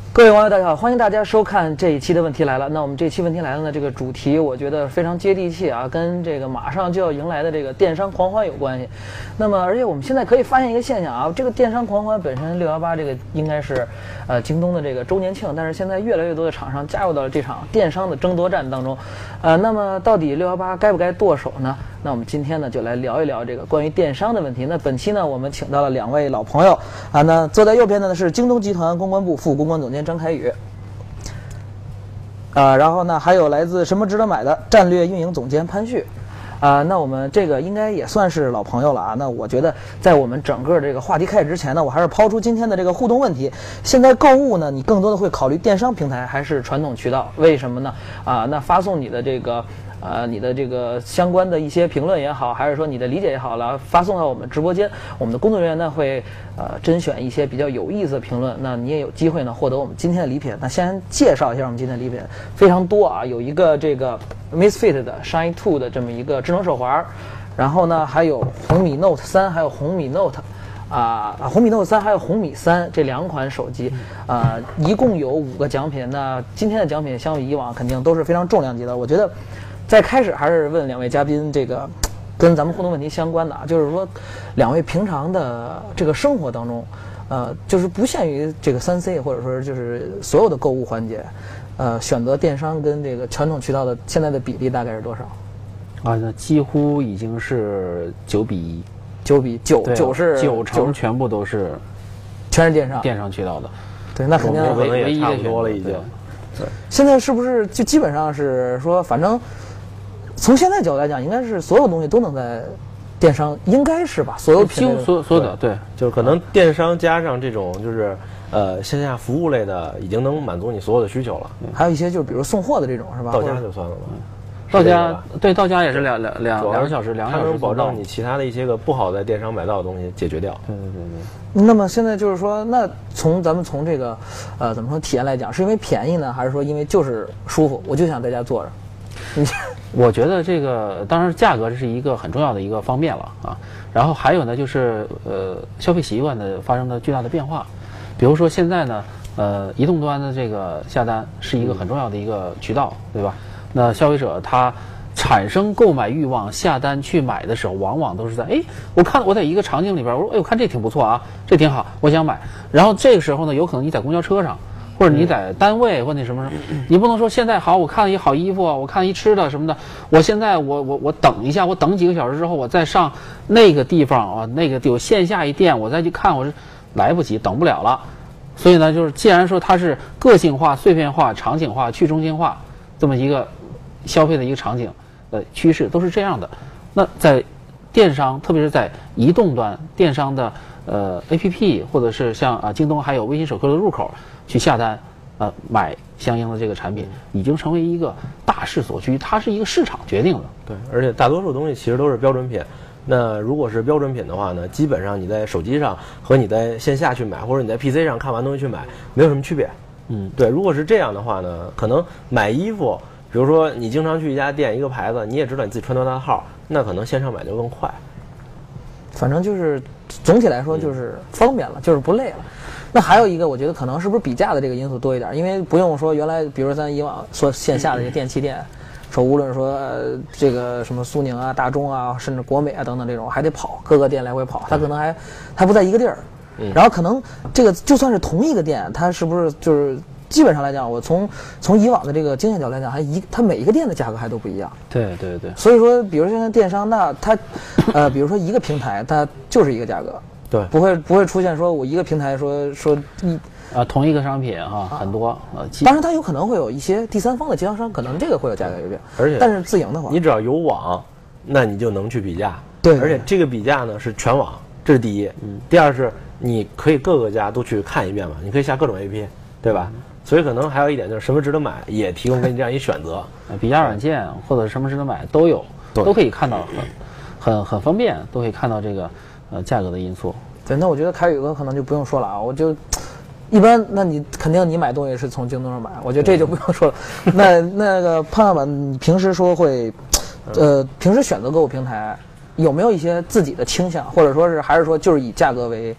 各位网友大家好，欢迎大家收看这一期的问题来了。那我们这期问题来了呢，这个主题我觉得非常接地气啊，跟这个马上就要迎来的这个电商狂欢有关系。那么而且我们现在可以发现一个现象啊，这个电商狂欢本身618这个应该是京东的这个周年庆，但是现在越来越多的厂商加入到了这场电商的争夺战当中。那么到底618该不该剁手呢？那我们今天呢就来聊一聊这个关于电商的问题。那本期呢我们请到了2位老朋友啊，那坐在右边的呢是京东集团公关部副公关总监张凯宇，然后呢还有来自什么值得买的战略运营总监潘旭。那我们这个应该也算是老朋友了啊。那我觉得在我们整个这个话题开始之前呢，我还是抛出今天的这个互动问题。现在购物呢，你更多的会考虑电商平台还是传统渠道？为什么呢？那发送你的这个你的这个相关的一些评论也好，还是说你的理解也好了，发送到我们直播间，我们的工作人员呢会甄选一些比较有意思的评论，那你也有机会呢获得我们今天的礼品。那先介绍一下我们今天的礼品，非常多啊，有一个这个 Misfit 的 Shine 2的这么一个智能手环，然后呢还有红米 Note 3，还有红米 Note。红米 Note 3还有红米3这2款手机，一共有5个奖品。那今天的奖品相比以往肯定都是非常重量级的。我觉得在开始还是问2位嘉宾这个跟咱们互动问题相关的啊，就是说2位平常的这个生活当中，就是不限于这个3C， 或者说就是所有的购物环节，选择电商跟这个传统渠道的现在的比例大概是多少？ 那几乎已经是9比1。 9比9，是 90%全部都是， 全是电商渠道的。 对，那肯定唯一差不多了已经。 对，现在是不是就基本上是说，反正从现在角度来讲，应该是所有东西都能在电商，应该是吧？所有品类所有的对， 就是可能电商加上这种就是线下服务类的，已经能满足你所有的需求了。 还有一些就是比如送货的这种是吧？ 到家就算了吧。 到家对，到家也是2个小时， 它能保证你其他的一些个不好在电商买到的东西解决掉。 对。 那么现在就是说，那咱们从这个怎么说体验来讲，是因为便宜呢，还是说因为就是舒服，我就想在家坐着？ 我觉得这个当然价格是一个很重要的一个方面了啊。然后还有呢，就是消费习惯的发生的巨大的变化。比如说现在呢，移动端的这个下单是一个很重要的一个渠道，对吧？那消费者他产生购买欲望下单去买的时候，往往都是在我在一个场景里边，我说我看这挺不错啊，这挺好，我想买。然后这个时候呢，有可能你在公交车上，或者你在单位或者什么，你不能说现在好，我看了一好衣服，我看了一吃的什么的，我现在我等一下，我等几个小时之后，我再上那个地方啊，那个有线下一店，我再去看，我是来不及，等不了了。所以呢，就是既然说它是个性化、碎片化、场景化、去中心化这么一个消费的一个场景趋势都是这样的。那在电商，特别是在移动端电商的APP， 或者是像京东还有微信手机的入口去下单买相应的这个产品，已经成为一个大势所趋，它是一个市场决定的。 对，而且大多数东西其实都是标准品。那如果是标准品的话呢，基本上你在手机上和你在线下去买，或者你在 PC 上看完东西去买，没有什么区别。对，如果是这样的话呢，可能买衣服。比如说你经常去一家店一个牌子，你也知道你自己穿多大号，那可能线上买就更快。 反正就是总体来说就是方便了，就是不累了。那还有一个我觉得可能是不是比价的这个因素多一点，因为不用说原来比如咱以往说线下的这些电器店，说无论说这个什么苏宁啊、大众啊，甚至国美啊等等这种，还得跑各个店来回跑，它可能还不在一个地儿。然后可能这个就算是同一个店，它是不是就是基本上来讲，我从以往的这个经验角度来讲，它每一个店的价格还都不一样。 对。 所以说，比如现在电商，那它，比如说一个平台，它就是一个价格， 对， 不会出现说我一个平台说同一个商品很多当然它有可能会有一些第三方的经销商，可能这个会有价格有变， 而且但是自营的话， 你只要有网，那你就能去比价。 对， 而且这个比价呢是全网，这是第一。第二是你可以各个家都去看一遍嘛，你可以下各种 APP， 对吧？所以可能还有一点就是什么值得买，也提供给你这样一选择。 比价软件或者什么值得买都有，都可以看到很方便，都可以看到这个价格的因素。 对，那我觉得凯宇哥可能就不用说了啊，我就一般，那你肯定你买东西是从京东上买，我觉得这就不用说了。那个胖老板，你平时说会，平时选择购物平台有没有一些自己的倾向，或者说是还是说就是以价格为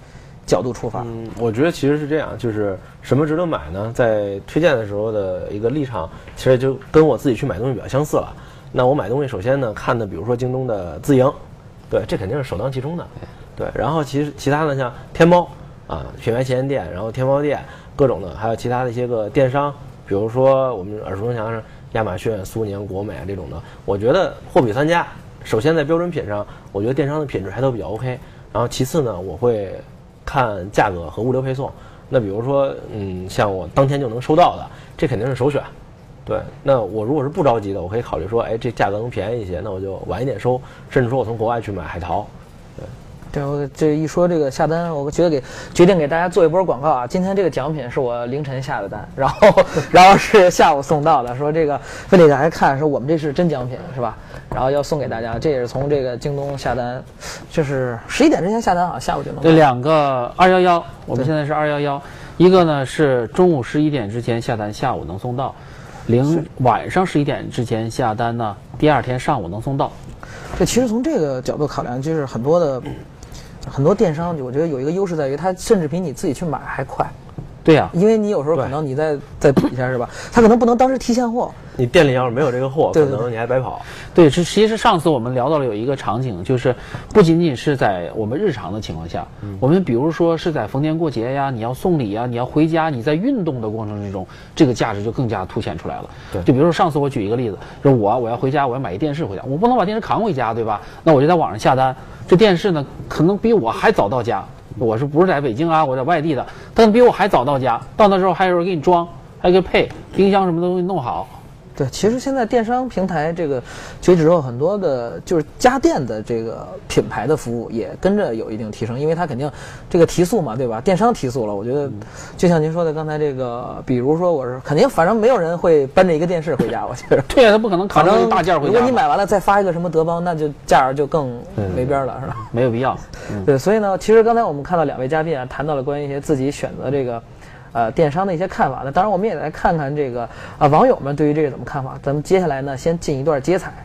角度出发？ 我觉得其实是这样，就是什么值得买呢？在推荐的时候的一个立场，其实就跟我自己去买东西比较相似了。那我买东西首先呢看的，比如说京东的自营，对，这肯定是首当其冲的。对，然后其他的像天猫啊、品牌旗舰店，然后天猫店各种的，还有其他的一些个电商，比如说我们耳熟能详是亚马逊、苏宁、国美啊这种的。我觉得货比三家，首先在标准品上，我觉得电商的品质还都比较 OK。然后其次呢，我会看价格和物流配送。那比如说，像我当天就能收到的，这肯定是首选。对，那我如果是不着急的，我可以考虑说，哎，这价格能便宜一些，那我就晚一点收，甚至说我从国外去买海淘。 对，我这一说这个下单，我决定给大家做一波广告啊！今天这个奖品是我凌晨下的单，然后是下午送到的，说这个非得大家看，说我们这是真奖品是吧？然后要送给大家，这也是从这个京东下单，就是11点之前下单啊，下午就能。 这2个211，我们现在是211，一个呢是中午11点之前下单，下午能送到；晚上11点之前下单呢，第2天上午能送到。 这其实从这个角度考量，就是很多电商，我觉得有一个优势在于，它甚至比你自己去买还快。 对呀， 因为你有时候可能你再补一下是吧？它可能不能当时提现货。 你店里要是没有这个货， 可能你还白跑。 对，其实上次我们聊到了有一个场景，就是不仅仅是在我们日常的情况下，我们比如说是在逢年过节呀，你要送礼呀，你要回家，你在运动的过程之中，这个价值就更加凸显出来了。 对， 就比如说上次我举一个例子，就是我要回家，我要买一电视回家，我不能把电视扛回家，对吧？那我就在网上下单，这电视呢可能比我还早到家。我不是在北京啊，我在外地的，但比我还早到家，到那时候还有人给你装，还给配冰箱什么都给你弄好。 对，其实现在电商平台这个崛起之后，很多的就是家电的这个品牌的服务也跟着有一定提升，因为它肯定这个提速嘛，对吧？电商提速了，我觉得就像您说的刚才这个，比如说我是肯定，反正没有人会搬着一个电视回家，我觉得。 对啊，他不可能扛着大件回家。 如果你买完了再发一个什么德邦，那就价就更没边了，是吧？ 没有必要。 对，所以呢，其实刚才我们看到2位嘉宾啊，谈到了关于一些自己选择这个。电商的一些看法。那当然，我们也来看看这个网友们对于这个怎么看法。咱们接下来呢，先进一段接彩。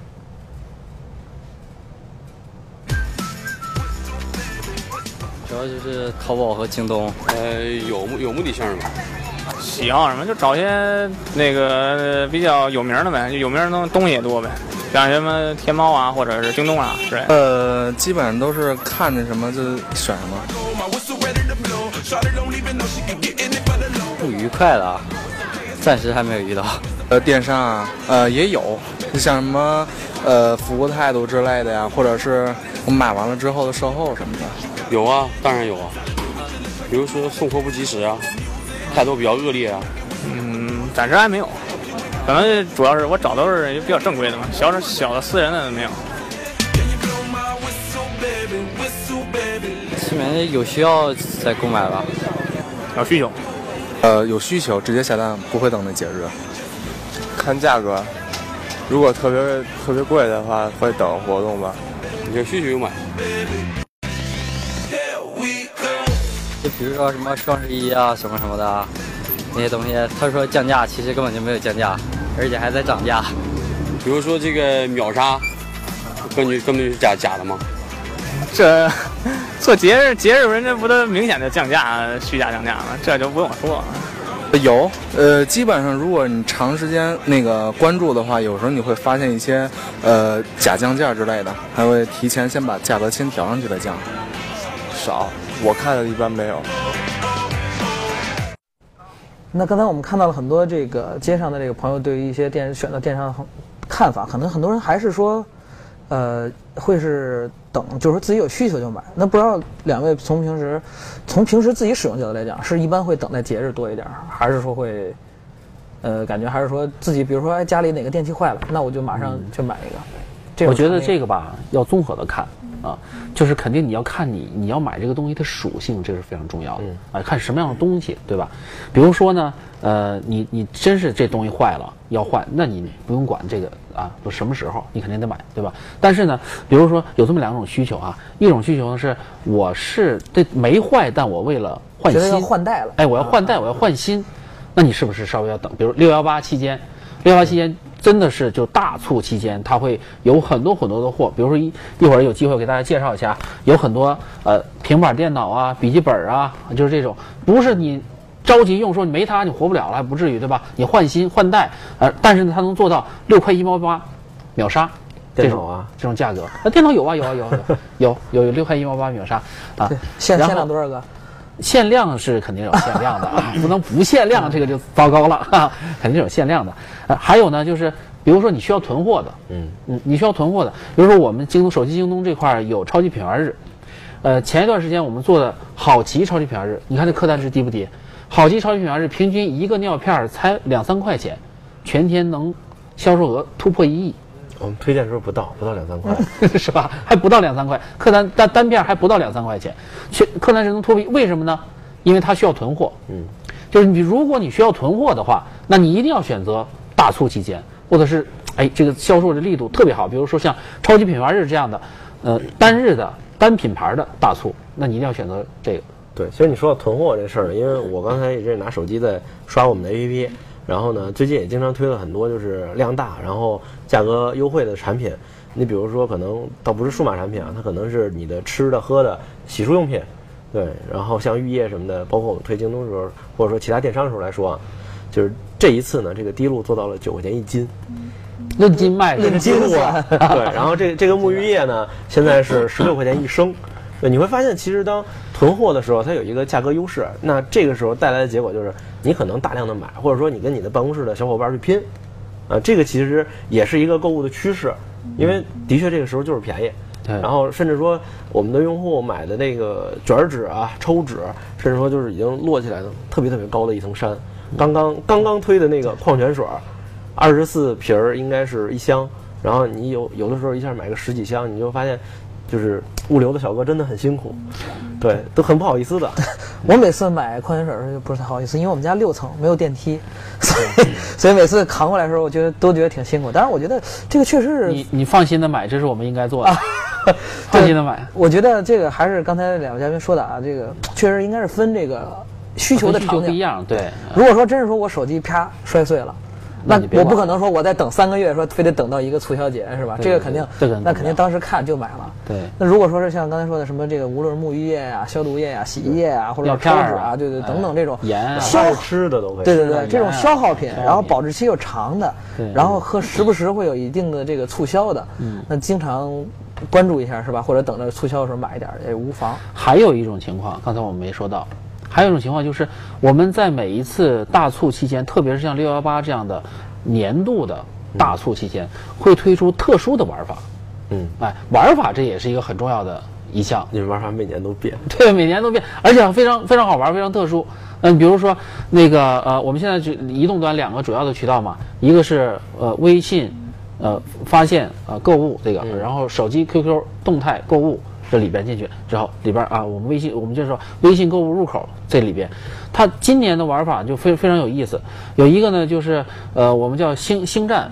主要就是淘宝和京东。 有目的性吗？ 喜好什么就找些那个比较有名的呗，就有名的东西也多呗，像什么天猫啊，或者是京东啊之类的。 基本上都是看着什么就选什么。 不愉快的啊，暂时还没有遇到。 电商啊，也有，就像什么服务态度之类的呀，或者是我买完了之后的售后什么的。 有啊，当然有啊，比如说送货不及时啊，态度比较恶劣啊。 暂时还没有，可能主要是我找都是比较正规的嘛，小的私人的没有。 基本上有需要再购买吧， 有需求。 有需求直接下单，不会等那节日。 看价格，如果特别贵的话，会等活动吧。 有需求就买。 就比如说什么双11啊，什么什么的那些东西，他说降价，其实根本就没有降价，而且还在涨价。 比如说这个秒杀，根本就是假的吗？ 这做节日人家不都明显的降价、虚假降价吗？这就不用说了。 有，基本上如果你长时间那个关注的话，有时候你会发现一些假降价之类的，还会提前先把价格先调上去再降。 少，我看的一般没有。 那刚才我们看到了很多这个街上的这个朋友对于一些选择电商的看法，可能很多人还是说，会是等，就是说自己有需求就买。那不知道2位从平时自己使用角度来讲，是一般会等待节日多一点，还是说会，感觉还是说自己比如说家里哪个电器坏了，那我就马上就买一个。 我觉得这个吧要综合的看啊，就是肯定你要看你要买这个东西的属性，这是非常重要的啊，看什么样的东西，对吧？比如说呢，你真是这东西坏了要换，那你不用管这个啊，都什么时候你肯定得买，对吧？但是呢，比如说有这么2种需求啊，一种需求呢是我是这没坏，但我为了换新， 要换代了， 哎，我要换代，我要换新，那你是不是稍微要等？比如618期间真的是就大促期间，它会有很多很多的货，比如说一会儿有机会给大家介绍一下，有很多平板电脑啊、笔记本啊，就是这种，不是你着急用，说你没它你活不了了，还不至于对吧？你换新换代，但是呢，它能做到6块1毛8秒杀。 电脑啊， 这种价格，电脑有6块1毛8秒杀啊， 限量多少个？ 限量是肯定有限量的啊，不能不限量，这个就糟糕了啊，肯定有限量的。还有呢，就是比如说你需要囤货的，你需要囤货的，比如说我们手机京东这块有超级品牌日，前一段时间我们做的好奇超级品牌日，你看这客单值低不低？好奇超级品牌日平均一个尿片才2、3块钱，全天能销售额突破1亿。 我们推荐时候不到2、3块， 是吧？还不到2、3块，客单片还不到2、3块钱，客单值能脱皮，为什么呢？因为它需要囤货。就是如果你需要囤货的话，那你一定要选择大促期间，或者是这个销售的力度特别好，比如说像超级品牌日这样的，单日的单品牌的大促，那你一定要选择这个。 对，其实你说到囤货这事儿呢，因为我刚才一直拿手机在刷我们的 APP。然后呢，最近也经常推了很多就是量大，然后价格优惠的产品。你比如说，可能倒不是数码产品啊，它可能是你的吃的、喝的、洗漱用品，对。然后像浴液什么的，包括我们推京东的时候，或者说其他电商的时候来说啊，就是这一次呢，这个滴露做到了9块钱1斤， 论斤卖， 论斤算。 对，然后这个沐浴液呢，现在是16块钱1升。对，你会发现其实当囤货的时候，它有一个价格优势。那这个时候带来的结果就是，你可能大量的买，或者说你跟你的办公室的小伙伴去拼，这个其实也是一个购物的趋势，因为的确这个时候就是便宜。然后甚至说我们的用户买的那个卷纸啊、抽纸，甚至说就是已经摞起来的特别高的一层山。刚刚推的那个矿泉水，24瓶儿应该是1箱，然后你有的时候一下买个10几箱，你就发现。就是物流的小哥真的很辛苦，对，都很不好意思的。 我每次买矿泉水就不是太好意思，因为我们家6层没有电梯，所以每次扛过来的时候，我都觉得挺辛苦。当然，我觉得这个确实是你放心的买，这是我们应该做的。放心的买。 我觉得这个还是刚才2位嘉宾说的啊，这个确实应该是分这个需求的场景不一样。对， 如果说真是说我手机啪摔碎了。那我不可能说我再等3个月，说非得等到一个促销节是吧？这个肯定，那肯定当时看就买了。 对。 那如果说是像刚才说的什么这个，无论是沐浴液呀、消毒液呀、洗衣液啊，或者抽纸啊，对等等这种盐、 吃的都可以。 对，这种消耗品，然后保质期又长的，然后时不时会有一定的这个促销的，那经常关注一下是吧？或者等着促销的时候买一点也无妨。 还有一种情况，刚才我们没说到。还有一种情况就是，我们在每一次大促期间，特别是像618这样的年度的大促期间，会推出特殊的玩法。玩法这也是一个很重要的一项。 你们玩法每年都变， 对，每年都变，而且非常非常好玩，非常特殊。比如说那个我们现在移动端2个主要的渠道嘛，一个是微信发现购物这个，然后手机 QQ 动态购物。这里边进去之后，里边我们就是说微信购物入口这里边，它今年的玩法就非常有意思。有一个呢，就是我们叫星战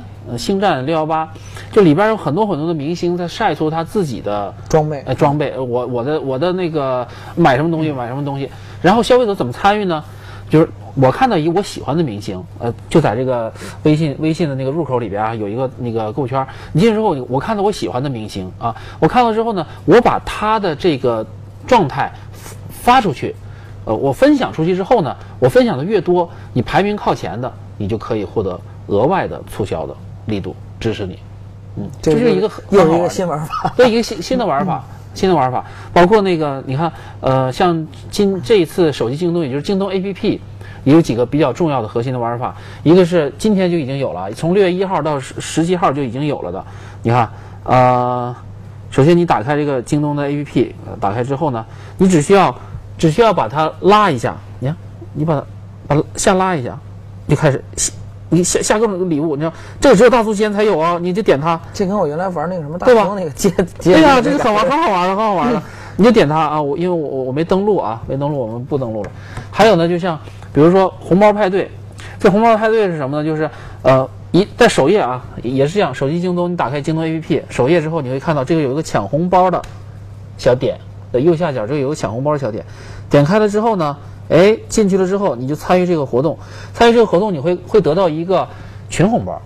618，就里边有很多的明星在晒出他自己的装备。 我的那个买什么东西，然后消费者怎么参与呢？就是我看到一个我喜欢的明星，就在这个微信的那个入口里边有一个那个购物圈。你进去之后，我看到我喜欢的明星我看到之后呢，我把他的这个状态发出去，我分享出去之后呢，我分享的越多，你排名靠前的，你就可以获得额外的促销的力度支持你。这是一个又一个新玩法， 对，一个新的玩法。新的玩法，包括那个你看，像这一次手机京东，也就是京东 APP， 也有几个比较重要的核心的玩法。一个是今天就已经有了，从6月1号到17号就已经有了的。你看，首先你打开这个京东的 APP， 打开之后呢，你只需要把它拉一下，你把它下拉一下，就开始。你下各种礼物，你知道这个只有大促期间才有啊！你就点它， 这跟我原来玩那个什么大风那个接对呀，这个很好玩的。你就点它啊！因为我没登录啊，我们不登录了。还有呢，就像比如说红包派对，这红包派对是什么呢？就是在首页也是这样，手机京东你打开京东 APP 首页之后，你会看到这个有一个抢红包的小点的右下角，这个有个抢红包的小点，点开了之后呢。进去了之后，你就参与这个活动，你会得到一个群红包。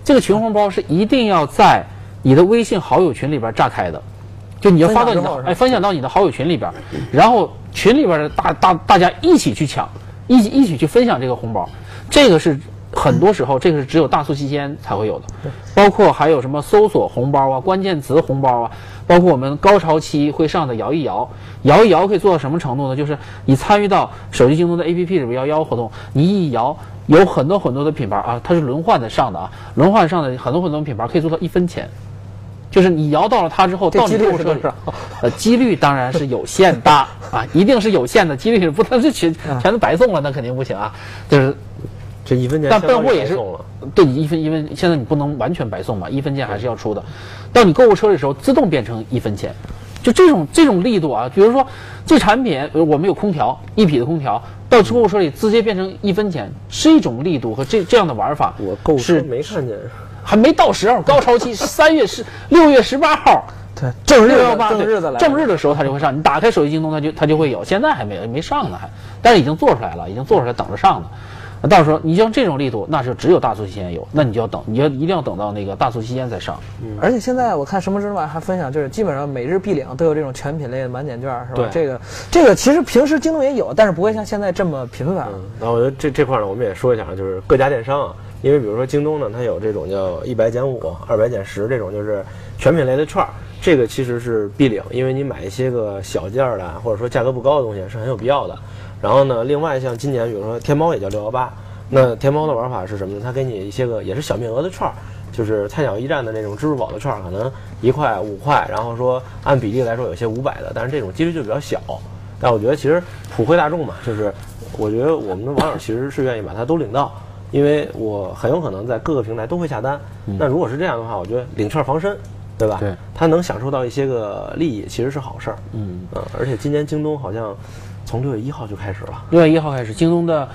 这个群红包是一定要在你的微信好友群里边炸开的，就你要发到你的分享到你的好友群里边，然后群里边的大家一起去抢，一起去分享这个红包，这个是很多时候这个是只有大促期间才会有的，包括还有什么搜索红包啊、关键词红包啊，包括我们高潮期会上的摇一摇可以做到什么程度呢？就是你参与到手机京东的 APP 里边摇一摇活动，你一摇，有很多的品牌啊，它是轮换的上的啊，轮换上的很多的品牌可以做到1分钱。就是你摇到了它之后，到你购物车里，几率当然是有限的啊，一定是有限的，几率是不能是全都白送了，那肯定不行啊。就是这1分钱， 但备货也是对你1分，现在你不能完全白送嘛，1分钱还是要出的。到你购物车的时候，自动变成1分钱，就这种力度啊，比如说这产品，我们有空调1匹的空调，到购物车里直接变成1分钱，是一种力度和这样的玩法。 我购物车没看见。 还没到时候，高潮期6月18号， 对，正日的时候它就会上。你打开手机京东，它就会有，现在还没上呢，但是已经做出来了，等着上呢。到时候你像这种力度，那是只有大促期间有，那你就要等，你一定要等到那个大促期间再上。 而且现在我看什么之外还分享，就是基本上每日必领都有这种全品类的满减券，是吧？这个其实平时京东也有，但是不会像现在这么频繁。 然后我觉得这块呢，我们也说一下，就是各家电商啊。因为比如说京东呢，它有这种叫100减5、200减10这种，就是全品类的券儿，这个其实是必领，因为你买一些个小件儿的或者说价格不高的东西是很有必要的。然后呢，另外像今年比如说天猫也叫618，那天猫的玩法是什么呢？它给你一些个也是小面额的券儿，就是菜鸟驿站的那种支付宝的券儿，可能1块、5块，然后说按比例来说有些500的，但是这种几率就比较小。但我觉得其实普惠大众嘛，就是我觉得我们的网友其实是愿意把它都领到。因为我很有可能在各个平台都会下单，那如果是这样的话，我觉得领券防身，对吧？ 对， 他能享受到一些个利益，其实是好事儿。而且今年京东好像从6月1号就开始了。 6月1号开始，京东的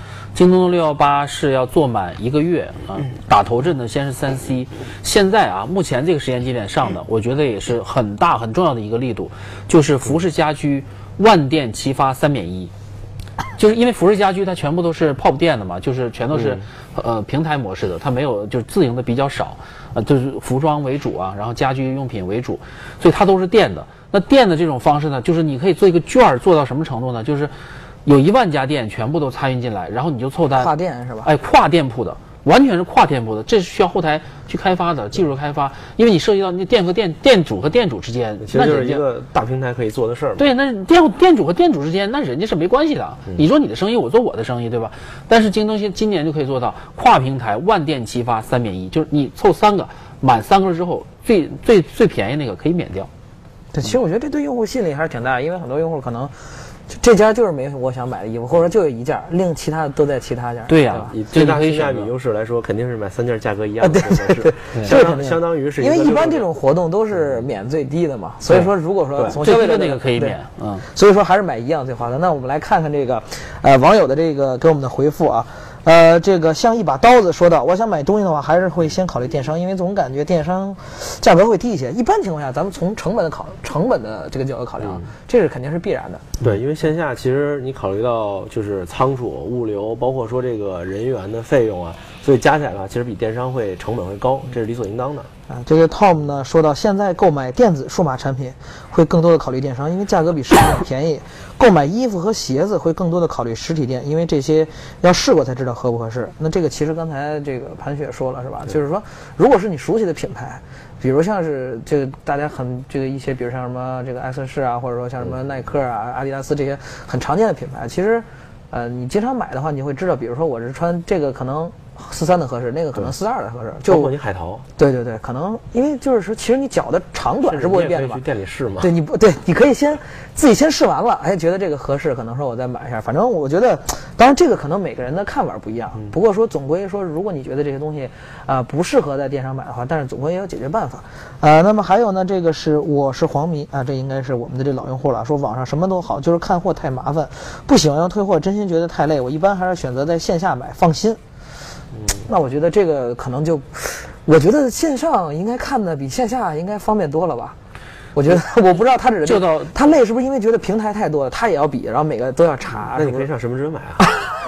618是要做满1个月啊，打头阵的先是3C，现在啊，目前这个时间节点上的，我觉得也是很大很重要的一个力度，就是服饰家居万店齐发3免1。就是因为服饰家居它全部都是 POP 店的嘛，就是全都是平台模式的，它没有就是自营的比较少，就是服装为主啊，然后家居用品为主，所以它都是店的。那店的这种方式呢，就是你可以做一个券儿，做到什么程度呢？就是有1万家店全部都参与进来，然后你就凑单跨店是吧？ 哎，跨店铺的。完全是跨店铺的，这是需要后台去开发的技术开发，因为你涉及到那店和店主和店主之间， 其实就是一个大平台可以做的事儿。 对，那店主和店主之间，那人家是没关系的。你做你的生意，我做我的生意，对吧？但是京东今年就可以做到跨平台万店齐发3免1，就是你凑3个，满3个之后，最便宜那个可以免掉。 对，其实我觉得这对用户吸引力还是挺大，因为很多用户可能。这家就是没我想买的衣服，或者说就有1件，另其他的都在其他家。 对呀， 以最大性价比优势来说，肯定是买3件价格一样的模式。相当于是因为一般这种活动都是免最低的嘛，所以说如果说从消费者那个可以免， 所以说还是买一样最划算。那我们来看看这个网友的这个给我们的回复啊。这个像一把刀子说到，我想买东西的话，还是会先考虑电商，因为总感觉电商价格会低一些。一般情况下，咱们从成本的这个角度考量，这是肯定是必然的。 对，因为线下其实你考虑到就是仓储、物流，包括说这个人员的费用啊，所以加起来的话，其实比电商会成本会高，这是理所应当的。 这个 Tom 呢说到，现在购买电子数码产品会更多的考虑电商，因为价格比实体店便宜；购买衣服和鞋子会更多的考虑实体店，因为这些要试过才知道合不合适。那这个其实刚才这个盘雪说了是吧？就是说，如果是你熟悉的品牌，比如像是这个大家很这个一些，比如像什么这个艾瑟士啊，或者说像什么耐克啊、阿迪达斯这些很常见的品牌，其实你经常买的话，你会知道，比如说我是穿这个可能43的合适，那个可能42的合适，就包括你海淘。 对，可能因为就是说，其实你脚的长短是不会变的嘛。 去店里试嘛。 对，你可以自己先试完了，哎，觉得这个合适，可能说我再买一下。反正我觉得，当然这个可能每个人的看法不一样。不过说总归说，如果你觉得这些东西不适合在电商买的话，但是总归也有解决办法。那么还有呢，这个是我是黄迷啊，这应该是我们的这老用户了。说网上什么都好，就是看货太麻烦，不喜欢要退货，真心觉得太累。我一般还是选择在线下买，放心。那我觉得这个可能我觉得线上应该看的比线下应该方便多了吧？我觉得我不知道他他累是不是因为觉得平台太多了，他也要比，然后每个都要查。 那你可以上什么人买啊？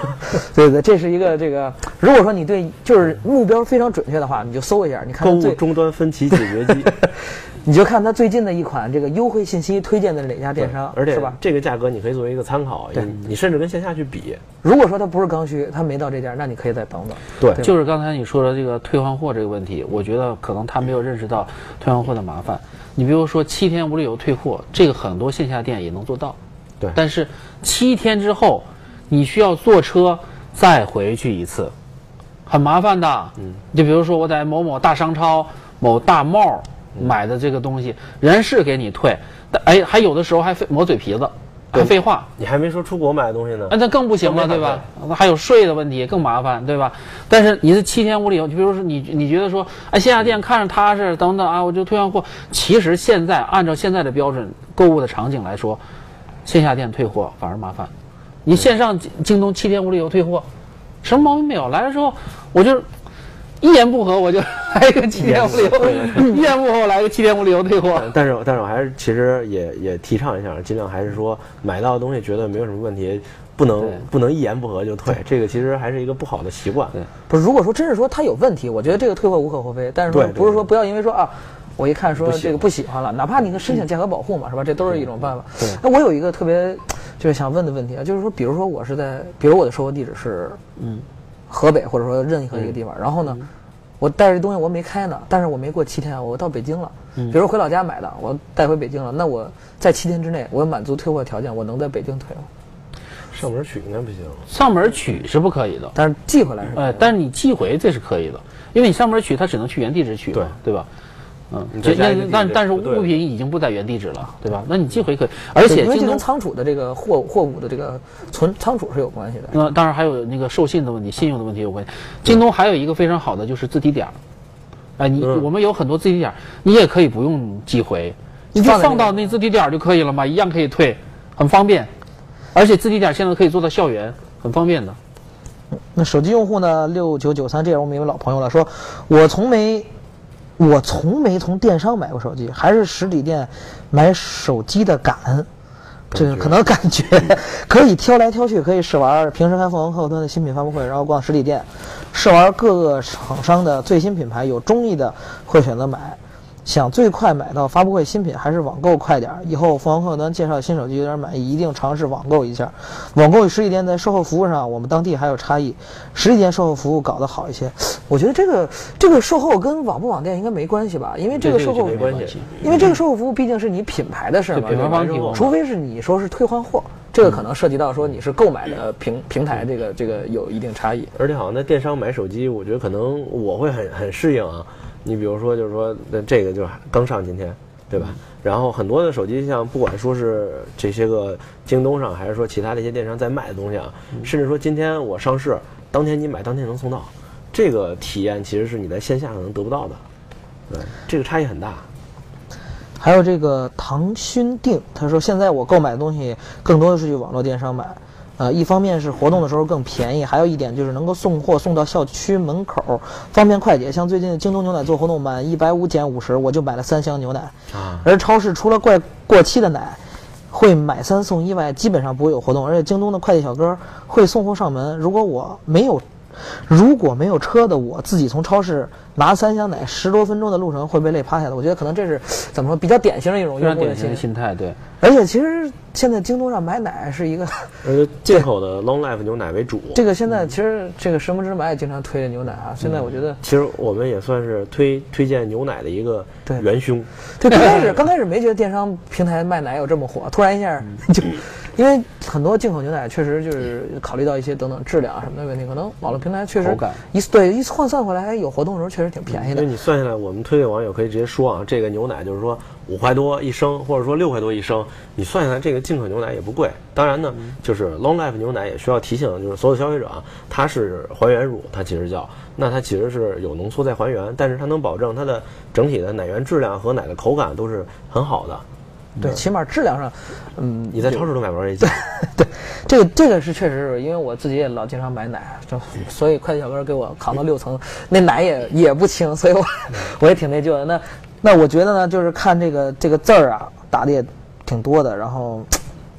对对，这是一个这个，如果说你对就是目标非常准确的话，你就搜一下，你看购物终端分歧解决机。 你就看它最近的一款这个优惠信息推荐的是哪家电商， 而且是吧？ 这个价格你可以作为一个参考，你甚至跟线下去比。 如果说它不是刚需，它没到这家，那你可以再等等。 对， 就是刚才你说的这个退换货这个问题，我觉得可能他没有认识到退换货的麻烦。你比如说7天无理由退货，这个很多线下店也能做到。 对， 但是7天之后，你需要坐车再回去一次，很麻烦的。就比如说我在某某大商超、某大帽买的这个东西，人是给你退，但还有的时候还抹嘴皮子，还废话。 你还没说出国买的东西呢， 那更不行了，对吧？还有税的问题更麻烦，对吧？但是你是7天无理由，就比如说你觉得说，哎，线下店看着踏实等等啊，我就退换货。其实现在按照现在的标准购物的场景来说，线下店退货反而麻烦。你线上京东7天无理由退货，什么毛病没有？来的时候我就一言不合我就来一个7天无理由，一言不合我来一个7天无理由退货。 但是我还是其实也提倡一下，尽量还是说买到的东西觉得没有什么问题，不能一言不合就退，这个其实还是一个不好的习惯。 不是，如果说真是说它有问题，我觉得这个退货无可厚非。但是说不是说不要因为说啊，我一看说这个不喜欢了，哪怕你申请价格保护嘛，是吧？这都是一种办法。那我有一个特别就是想问的问题啊，就是说，比如说我是比如我的收货地址是河北或者说任何一个地方，然后呢，我带着这东西我没开呢，但是我没过7天，我到北京了，比如说回老家买的，我带回北京了，那我在7天之内，我满足退货条件，我能在北京退吗？ 上门取应该不行， 上门取是不可以的， 但是寄回来是但是你寄回这是可以的，因为你上门取，它只能去原地址取嘛，对吧？但是物品已经不在原地址了，对吧？那你寄回可以，而且因为这跟仓储的这个货物的这个仓储是有关系的。 那当然还有那个授信的问题、信用的问题有关系。京东还有一个非常好的就是自提点，我们有很多自提点，你也可以不用寄回，你就放到那自提点就可以了嘛，一样可以退，很方便。而且自提点现在可以做到校园，很方便的。 那手机用户呢？6993，这也是我们一位老朋友了，说我从没从电商买过手机，还是实体店买手机的感。这个可能感觉可以挑来挑去，可以试玩。平时看凤凰客户端的新品发布会，然后逛实体店，试玩各个厂商的最新品牌，有中意的会选择买。想最快买到发布会新品，还是网购快点？以后凤凰客户端介绍新手机有点满意，一定尝试网购一下。网购与实体店在售后服务上，我们当地还有差异，实体店售后服务搞得好一些。我觉得这个售后跟网不网店应该没关系吧？因为这个售后没关系， 因为这个售后服务毕竟是你品牌的事嘛， 品牌方提供， 除非是你说是退换货，这个可能涉及到说你是购买的平台这个有一定差异。 而且好像在电商买手机，我觉得可能我会很适应啊。你比如说，就是说，这个就是刚上今天，对吧？然后很多的手机，像不管说是这些个京东上，还是说其他的一些电商在卖的东西啊，甚至说今天我上市，当天你买，当天能送到，这个体验其实是你在线下可能得不到的，对，这个差异很大。 还有这个唐勋定，他说现在我购买的东西更多的是去网络电商买。一方面是活动的时候更便宜，还有一点就是能够送货送到校区门口，方便快捷。像最近京东牛奶做活动，满150减50，我就买了3箱牛奶。而超市除了过期的奶会买3送1外，基本上不会有活动。而且京东的快递小哥会送货上门。如果没有车的，我自己从超市拿3箱奶，10多分钟的路程会被累趴下的。我觉得可能这是怎么说比较典型的一种用户的心态，对。 而且其实现在京东上买奶是一个进口的 Long Life 牛奶为主。 这个现在其实这个神不知买也经常推的牛奶啊。现在我觉得其实我们也算是推荐牛奶的一个元凶。 对，刚开始没觉得电商平台卖奶有这么火，突然一下就。因为很多进口牛奶确实就是考虑到一些等等质量什么的问题，可能网络平台确实一换算回来有活动的时候确实挺便宜的。 因为你算下来，我们推给网友可以直接说啊，这个牛奶就是说5块多一升，或者说6块多一升，你算下来这个进口牛奶也不贵。当然呢，就是 Long Life 牛奶也需要提醒，就是所有消费者啊，它是还原乳，它其实叫，那它其实是有浓缩在还原，但是它能保证它的整体的奶源质量和奶的口感都是很好的。 对，起码质量上， 你在超市都买不着这价。 对，这个是确实是因为我自己也老经常买奶，所以快递小哥给我扛到6层，那奶也不轻，所以我也挺内疚的。那我觉得呢，就是看这个字儿啊，打的也挺多的，然后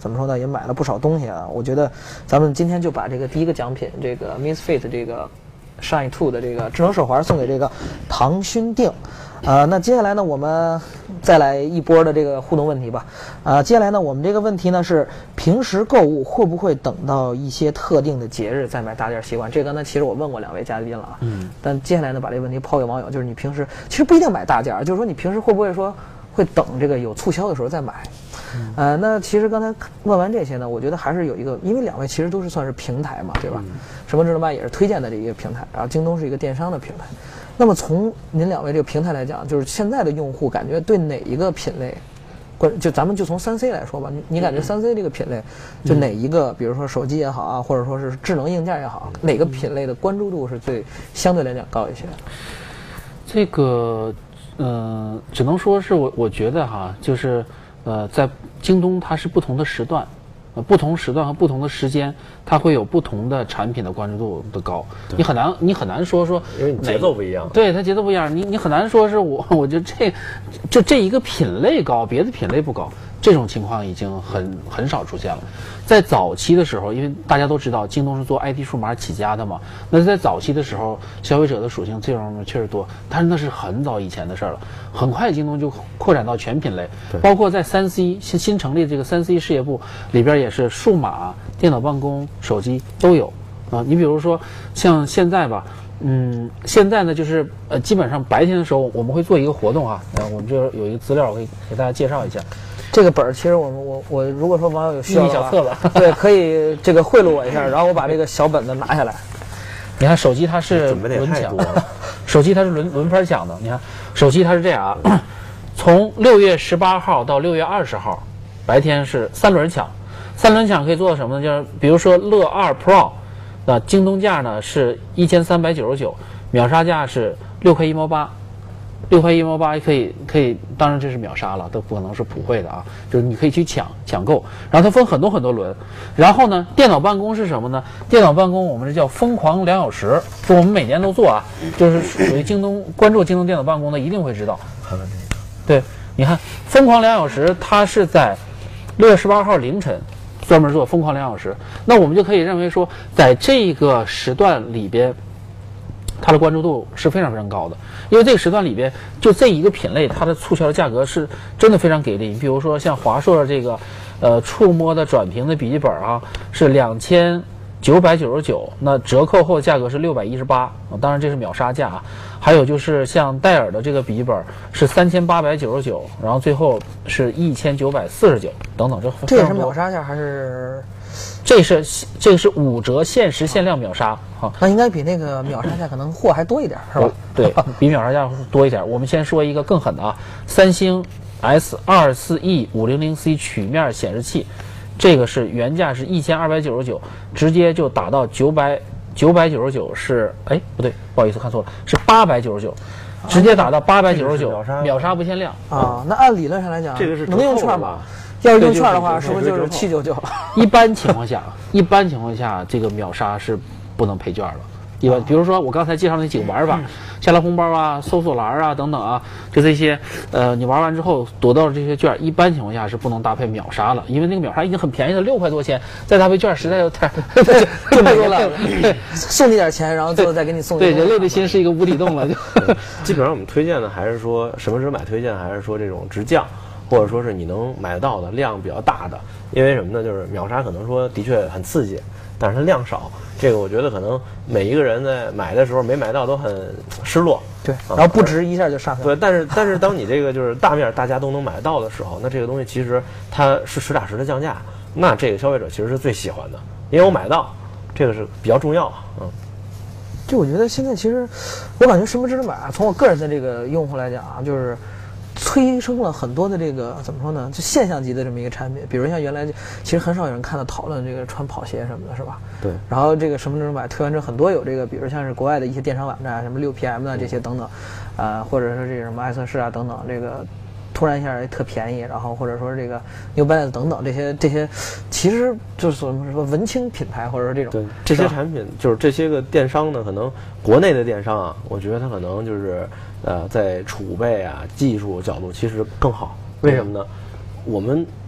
怎么说呢，也买了不少东西啊。我觉得咱们今天就把这个第一个奖品，这个 Misfit 这个 Shine 2的这个智能手环送给这个唐勋定。那接下来呢，我们再来一波的这个互动问题吧。接下来呢，我们这个问题呢是平时购物会不会等到一些特定的节日再买大件习惯？这个呢，其实我问过2位嘉宾了啊。但接下来呢，把这个问题抛给网友，就是你平时其实不一定买大件，就是说你平时会不会说会等这个有促销的时候再买？那其实刚才问完这些呢，我觉得还是有一个，因为2位其实都是算是平台嘛，对吧？什么值得买也是推荐的这一个平台，然后京东是一个电商的平台。那么从您2位这个平台来讲，就是现在的用户感觉对哪一个品类，就咱们就从3C 来说吧，你感觉3C 这个品类，就哪一个，比如说手机也好啊，或者说是智能硬件也好，哪个品类的关注度是相对来讲高一些？ 这个只能说是我觉得哈，就是在京东它是不同的时段。不同时段和不同的时间，它会有不同的产品的关注度的高。你很难说， 因为你节奏不一样。 对，它节奏不一样，你很难说是我觉得这一个品类高，别的品类不高，这种情况已经很少出现了。在早期的时候，因为大家都知道京东是做 IT 数码起家的嘛，那在早期的时候，消费者的属性这方面确实多，但是那是很早以前的事了。很快京东就扩展到全品类，包括在3C 新成立的这个3C 事业部里边也是数码、电脑办公、手机都有啊。你比如说像现在吧，现在呢就是基本上白天的时候我们会做一个活动啊，我们这有一个资料，我可以给大家介绍一下。 这个本儿其实我如果说网友有需要的话， 小册子， 对，可以这个贿赂我一下，然后我把这个小本子拿下来。 你看手机它是轮抢，手机它是轮番抢的。你看手机它是这样啊，从6月18号到6月20号，白天是3轮抢，3轮抢可以做到什么呢？就是比如说乐2 Pro， 那京东价呢是1399，秒杀价是6块1毛8。6块1毛8可以，当然这是秒杀了，都不可能是普惠的啊，就是你可以去抢购，然后它分很多轮，然后呢，电脑办公是什么呢？电脑办公我们这叫疯狂2小时，就我们每年都做啊，就是属于京东关注京东电脑办公的一定会知道。对，你看疯狂2小时，它是在6月18号凌晨专门做疯狂2小时，那我们就可以认为说，在这个时段里边，它的关注度是非常高的，因为这个时段里边就这一个品类，它的促销的价格是真的非常给力。你比如说像华硕的这个触摸的转屏的笔记本啊，是2999，那折扣后价格是618，当然这是秒杀价啊。还有就是像戴尔的这个笔记本是3899，然后最后是1949等等， 这也是秒杀价还是？ 这个是5折限时限量秒杀啊， 那应该比那个秒杀价可能货还多一点，是吧？ 对，比秒杀价多一点。我们先说一个更狠的啊，三星 S24E 500C 曲面显示器，这个是原价是1299，直接就打到999是，不对，不好意思看错了，是899，直接打到899，秒杀不限量啊。那按理论上来讲， 这个是能用券吗？要是用券的话，是不是就是799了？ 一般情况下，这个秒杀是不能配券的。一般，比如说我刚才介绍那几个玩法，下拉红包啊、搜索栏啊等等啊，就这些，你玩完之后得到的这些券，一般情况下是不能搭配秒杀了，因为那个秒杀已经很便宜的6块多钱，再搭配券实在有点太多了。送你点钱，然后最后再给你送。 对，人类的心是一个无底洞了。就基本上我们推荐的还是说什么值买推荐，还是说这种直降。或者说是你能买得到的量比较大的，因为什么呢？就是秒杀可能说的确很刺激，但是它量少，这个我觉得可能每一个人在买的时候没买到都很失落。 对，然后不值一下就上去了。 对，但是当你这个就是大面大家都能买到的时候，那这个东西其实它是实打实的降价，那这个消费者其实是最喜欢的，因为我买到，这个是比较重要。 就我觉得现在其实我感觉什么值得买啊，从我个人的这个用户来讲啊，就是催生了很多的这个怎么说呢，就现象级的这么一个产品，比如像原来其实很少有人看到讨论这个穿跑鞋什么的，是吧？ 对。 然后这个什么值得买推完之后，很多有这个，比如像是国外的一些电商网站，什么6PM 啊这些等等，或者说这个什么爱测试啊等等，这个突然一下特便宜，然后或者说这个 New Balance 等等这些，其实就是什么文青品牌，或者说这种对这些产品，就是这些个电商呢，可能国内的电商啊，我觉得它可能就是在储备啊技术角度其实更好。为什么呢？我们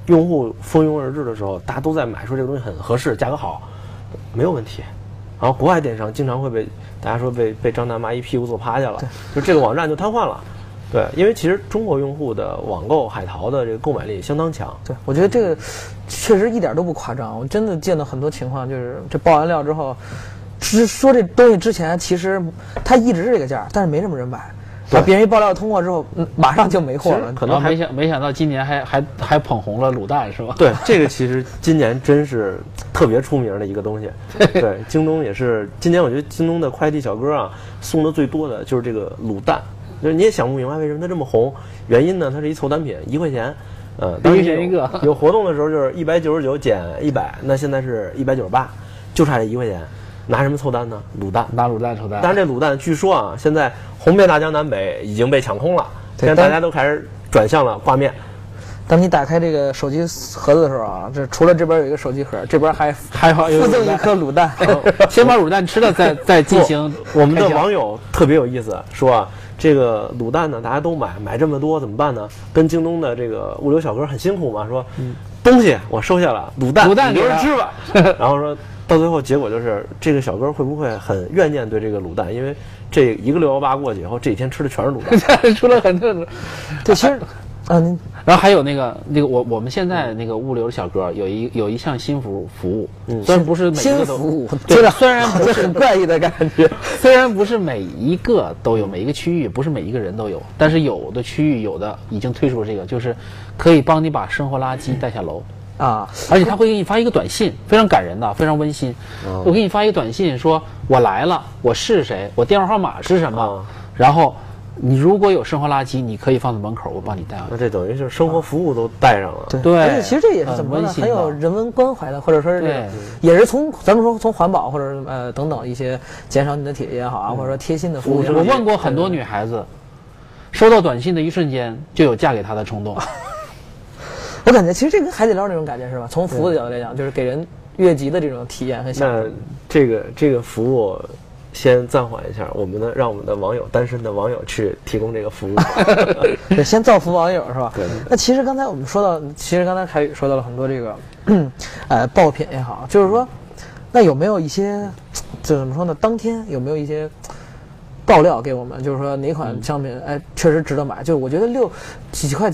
用户蜂拥而至的时候，大家都在买，说这个东西很合适，价格好，没有问题。然后国外电商经常会被大家说被张大妈一屁股坐趴下了，就这个网站就瘫痪了。对，因为其实中国用户的网购海淘的这个购买力相当强。 对，我觉得这个确实一点都不夸张。我真的见到很多情况，就是这爆完料之后，说这东西之前其实它一直是这个价，但是没什么人买。对，别人一爆料通过之后，马上就没货了。 可能没想到今年还捧红了卤蛋是吧？ 对，这个其实今年真是特别出名的一个东西。对，京东也是今年我觉得京东的快递小哥啊送的最多的就是这个卤蛋。就是你也想不明白为什么它这么红，原因呢？它是一凑单品，1块钱， 当时一个有活动的时候就是199减100，那现在是198，就差这1块钱，拿什么凑单呢？卤蛋， 拿卤蛋凑单。 但是这卤蛋据说啊，现在红遍大江南北，已经被抢空了，现在大家都开始转向了挂面。 当你打开这个手机盒子的时候啊，这除了这边有一个手机盒，这边还附赠一颗卤蛋， 先把卤蛋吃了再进行。 我们的网友特别有意思，说啊，这个卤蛋呢大家都买这么多怎么办呢？跟京东的这个物流小哥很辛苦嘛，说东西我收下了，卤蛋你留着吃吧。然后说到最后结果就是这个小哥会不会很怨念对这个卤蛋？因为这一个618过去以后，这几天吃的全是卤蛋， 出了很多。 对，其实。 然后还有那个我们现在那个物流小哥有一项新服务，虽然不是每一个都服务， 对，虽然不是很怪异的感觉， 虽然不是每一个都有，每一个区域不是每一个人都有，但是有的区域有的已经推出了这个，就是可以帮你把生活垃圾带下楼啊，而且他会给你发一个短信，非常感人的，非常温馨。我给你发一个短信，说我来了，我是谁，我电话号码是什么，然后。你如果有生活垃圾，你可以放在门口，我帮你带回来。 那这等于是生活服务都带上了。 对，而且其实这也是怎么说呢？很有人文关怀的，或者说是这个，也是咱们说从环保或者等等一些减少你的体力也好啊，或者说贴心的服务。 我问过很多女孩子，收到短信的一瞬间就有嫁给他的冲动。 我感觉其实这跟海底捞那种感觉是吧？从服务的角度来讲，就是给人越级的这种体验和享受。 那这个服务。先暂缓一下，让我们的网友，单身的网友去提供这个服务。 对，先造福网友是吧？ 对。 那其实刚才我们说到，刚才凯宇说到了很多这个，爆品也好，就是说，那有没有一些，这怎么说呢？当天有没有一些爆料给我们？就是说哪款商品，确实值得买？就是我觉得6块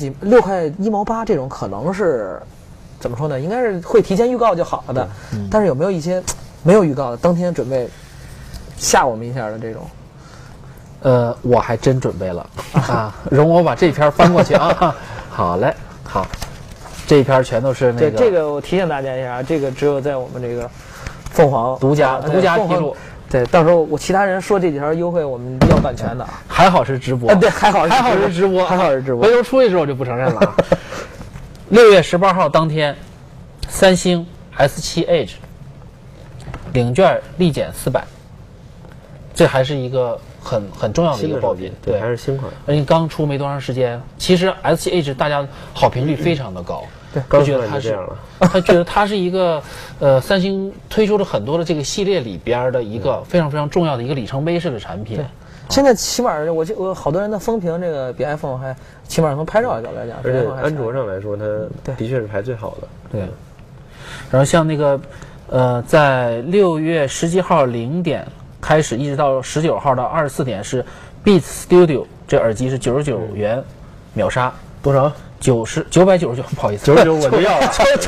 1毛8这种可能是怎么说呢？应该是会提前预告就好了的。但是有没有一些没有预告的，当天准备？吓我们一下的这种， 我还真准备了啊！容我把这篇翻过去啊。好嘞，好，这一篇全都是那个。 对，这个我提醒大家一下，这个只有在我们这个凤凰独家披露。 对，到时候我其他人说这几条优惠，我们要版权的。 还好是直播， 对，还好是直播， 还好是直播。 回头出去之后就不承认了。6月18号当天，三星 S7 Edge 领券立减400。这还是一个很重要的一个爆品， 对，还是新款， 而且刚出没多长时间。其实 S7 Edge 大家好评率非常的高， 对， 就觉得它是，他觉得它是一个三星推出了很多的这个系列里边的一个非常非常重要的一个里程碑式的产品。 对，现在起码我好多人的风评这个比 iPhone 还起码从拍照的角度来讲， 而且安卓上来说，它的确是排最好的。 对，然后像那个在6月17号0点。开始一直到19号到24点是 Beats Studio 这耳机是99元秒杀， 多少 ？999，不好意思 ，99我就要了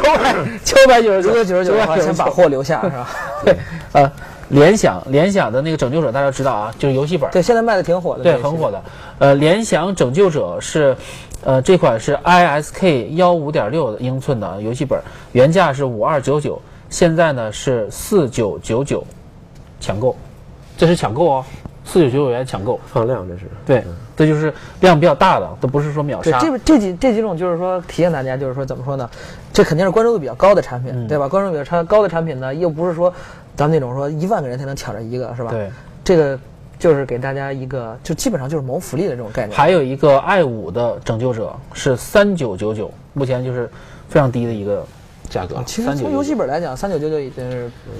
，999，先把货留下是吧？ 对，联想的那个拯救者大家知道啊，就是游戏本， 对，现在卖的挺火的， 对，很火的。联想拯救者是，这款是 ISK 15.6的英寸的游戏本，原价是5299，现在呢是4999，抢购。这是抢购哦，4999元抢购， 放量这是。 对，这就是量比较大的，都不是说秒杀。 对，这几种就是说提醒大家，就是说怎么说呢？这肯定是关注度比较高的产品，对吧？关注度比较高的产品呢，又不是说咱们那种说1万个人才能抢着一个，是吧？ 对， 这个就是给大家一个，就基本上就是谋福利的这种概念。 还有一个i5的拯救者是3999，目前就是非常低的一个价格。 其实从游戏本来讲，3999已经是。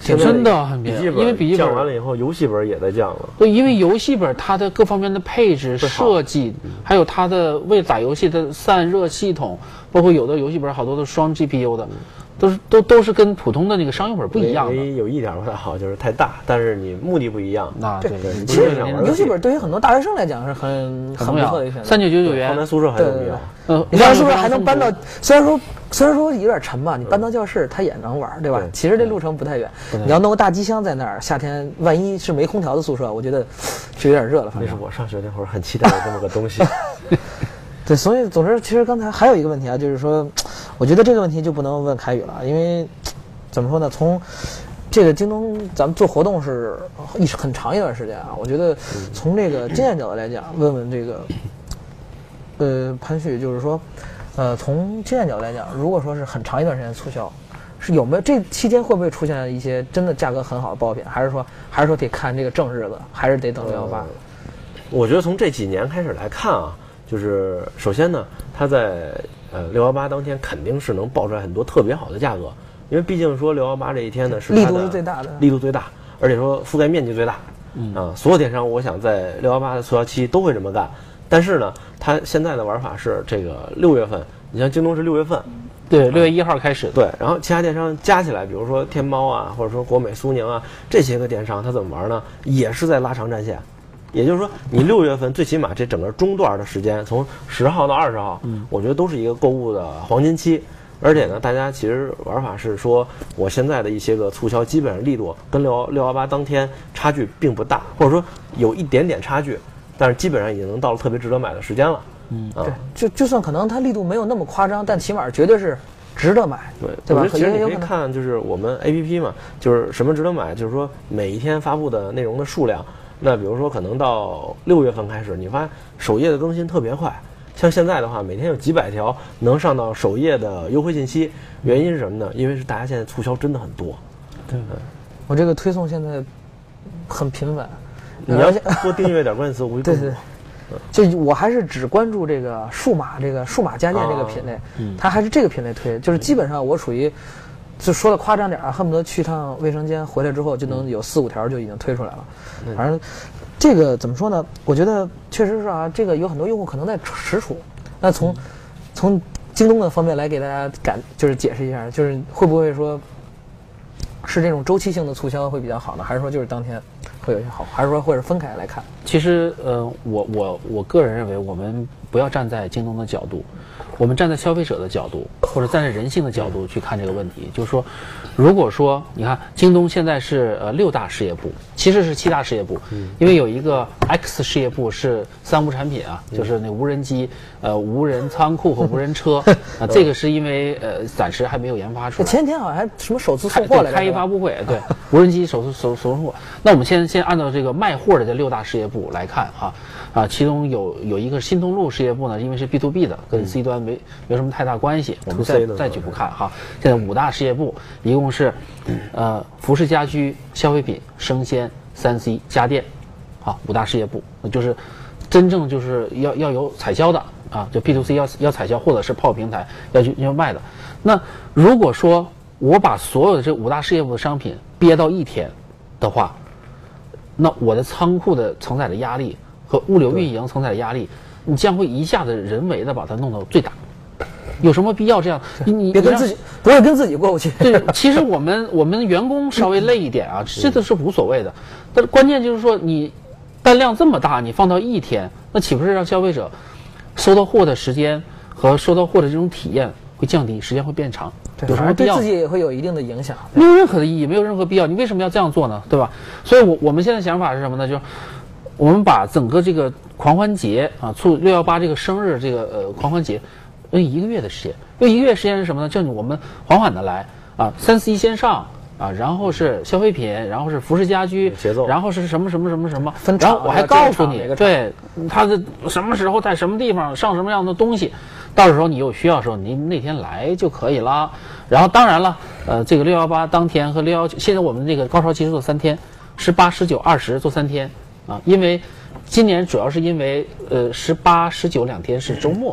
真的很便宜，因为笔记本降完了以后，游戏本也在降了。 对，因为游戏本它的各方面的配置设计，还有它的为打游戏的散热系统，包括有的游戏本好多都是双 GPU 的。都是跟普通的那个商用本不一样的。 唯一有一点不太好就是太大，但是你目的不一样。 那对， 其实游戏本对于很多大学生来讲是很不错的一个选择。 3999元， 放在宿舍还有必要。 你放宿舍还能搬到，虽然说有点沉吧，你搬到教室它也能玩，对吧？其实这路程不太远。你要弄个大机箱在那儿，夏天万一是没空调的宿舍，我觉得就有点热了。 那是我上学那会儿很期待的这么个东西。 对，所以总之，其实刚才还有一个问题啊，就是说，我觉得这个问题就不能问凯宇了，因为怎么说呢？从这个京东咱们做活动是很长一段时间啊，我觉得从这个经验角度来讲，问问这个潘旭，就是说，从经验角度来讲，如果说是很长一段时间促销，是有没有这期间会不会出现一些真的价格很好的爆品，还是说得看这个正日子，还是得等618？ 我觉得从这几年开始来看啊。就是首先呢，它在618当天肯定是能爆出来很多特别好的价格，因为毕竟说618这一天呢是力度是最大的， 力度最大，而且说覆盖面积最大，所有电商我想在618的促销期都会这么干。但是呢，它现在的玩法是这个6月份，你像京东是6月份， 对，6月1号开始， 对，然后其他电商加起来，比如说天猫啊，或者说国美、苏宁啊这些个电商，它怎么玩呢？也是在拉长战线。也就是说，你6月份最起码这整个中段的时间，从10号到20号，我觉得都是一个购物的黄金期。而且呢，大家其实玩法是说，我现在的一些个促销，基本上力度跟618当天差距并不大，或者说有一点点差距，但是基本上已经能到了特别值得买的时间了。 对，就算可能它力度没有那么夸张，但起码绝对是值得买，对吧？ 其实你可以看，就是我们 APP 嘛，就是什么值得买，就是说每一天发布的内容的数量。那比如说，可能到6月份开始，你发现首页的更新特别快，像现在的话，每天有几百条能上到首页的优惠信息。原因是什么呢？因为是大家现在促销真的很多。 对，我这个推送现在很频繁。 你要多订阅点关键词，我会更多。 对，就我还是只关注这个数码家电这个品类，它还是这个品类推，就是基本上我属于。就说的夸张点啊，恨不得去趟卫生间回来之后就能有4、5条就已经推出来了。反正这个怎么说呢？我觉得确实是啊，这个有很多用户可能在实处。那从京东的方面来给大家就是解释一下，就是会不会说是这种周期性的促销会比较好呢？还是说就是当天会有些好？还是说或者分开来看？ 其实我个人认为，我们不要站在京东的角度。我们站在消费者的角度，或者站在人性的角度去看这个问题，就是说，如果说你看京东现在是6大事业部，其实是7大事业部，因为有一个 X 事业部是3无产品啊，就是那无人机、无人仓库和无人车啊，这个是因为暂时还没有研发出来。 前天好像还什么首次送货来着， 开一发布会，对，无人机首次送货。那我们先按照这个卖货的这6大事业部来看啊，其中有一个新通路事业部呢，因为是 B2B 的，跟 C 端没什么太大关系，我们再去不看哈。现在5大事业部一共是，服饰家居、消费品、生鲜、3C、家电，好，5大事业部，就是真正就是要有采销的啊，就 B2C 要采销，或者是泡平台要卖的。那如果说我把所有的这5大事业部的商品憋到1天的话，那我的仓库的承载的压力和物流运营承载的压力，你将会一下子人为的把它弄到最大。有什么必要这样？你别跟自己不会跟自己过不去。 对，其实我们员工稍微累一点啊，这个是无所谓的。但是关键就是说，你单量这么大，你放到1天，那岂不是让消费者收到货的时间和收到货的这种体验会降低，时间会变长？有什么必要？ 对自己也会有一定的影响。 没有任何的意义，没有任何必要。你为什么要这样做呢？对吧？所以我们现在想法是什么呢？就是我们把整个这个狂欢节啊，618这个生日这个狂欢节。用1个月的时间，用1个月时间是什么呢？就是我们缓缓的来啊，3C 先上啊，然后是消费品，然后是服饰家居，然后是什么，然后我还告诉你，对，它的什么时候在什么地方上什么样的东西，到时候你有需要的时候，你那天来就可以了。然后当然了，这个618当天和619，现在我们这个高潮期是做3天，18、19、20做3天啊，因为今年主要是因为18、19 2天是周末。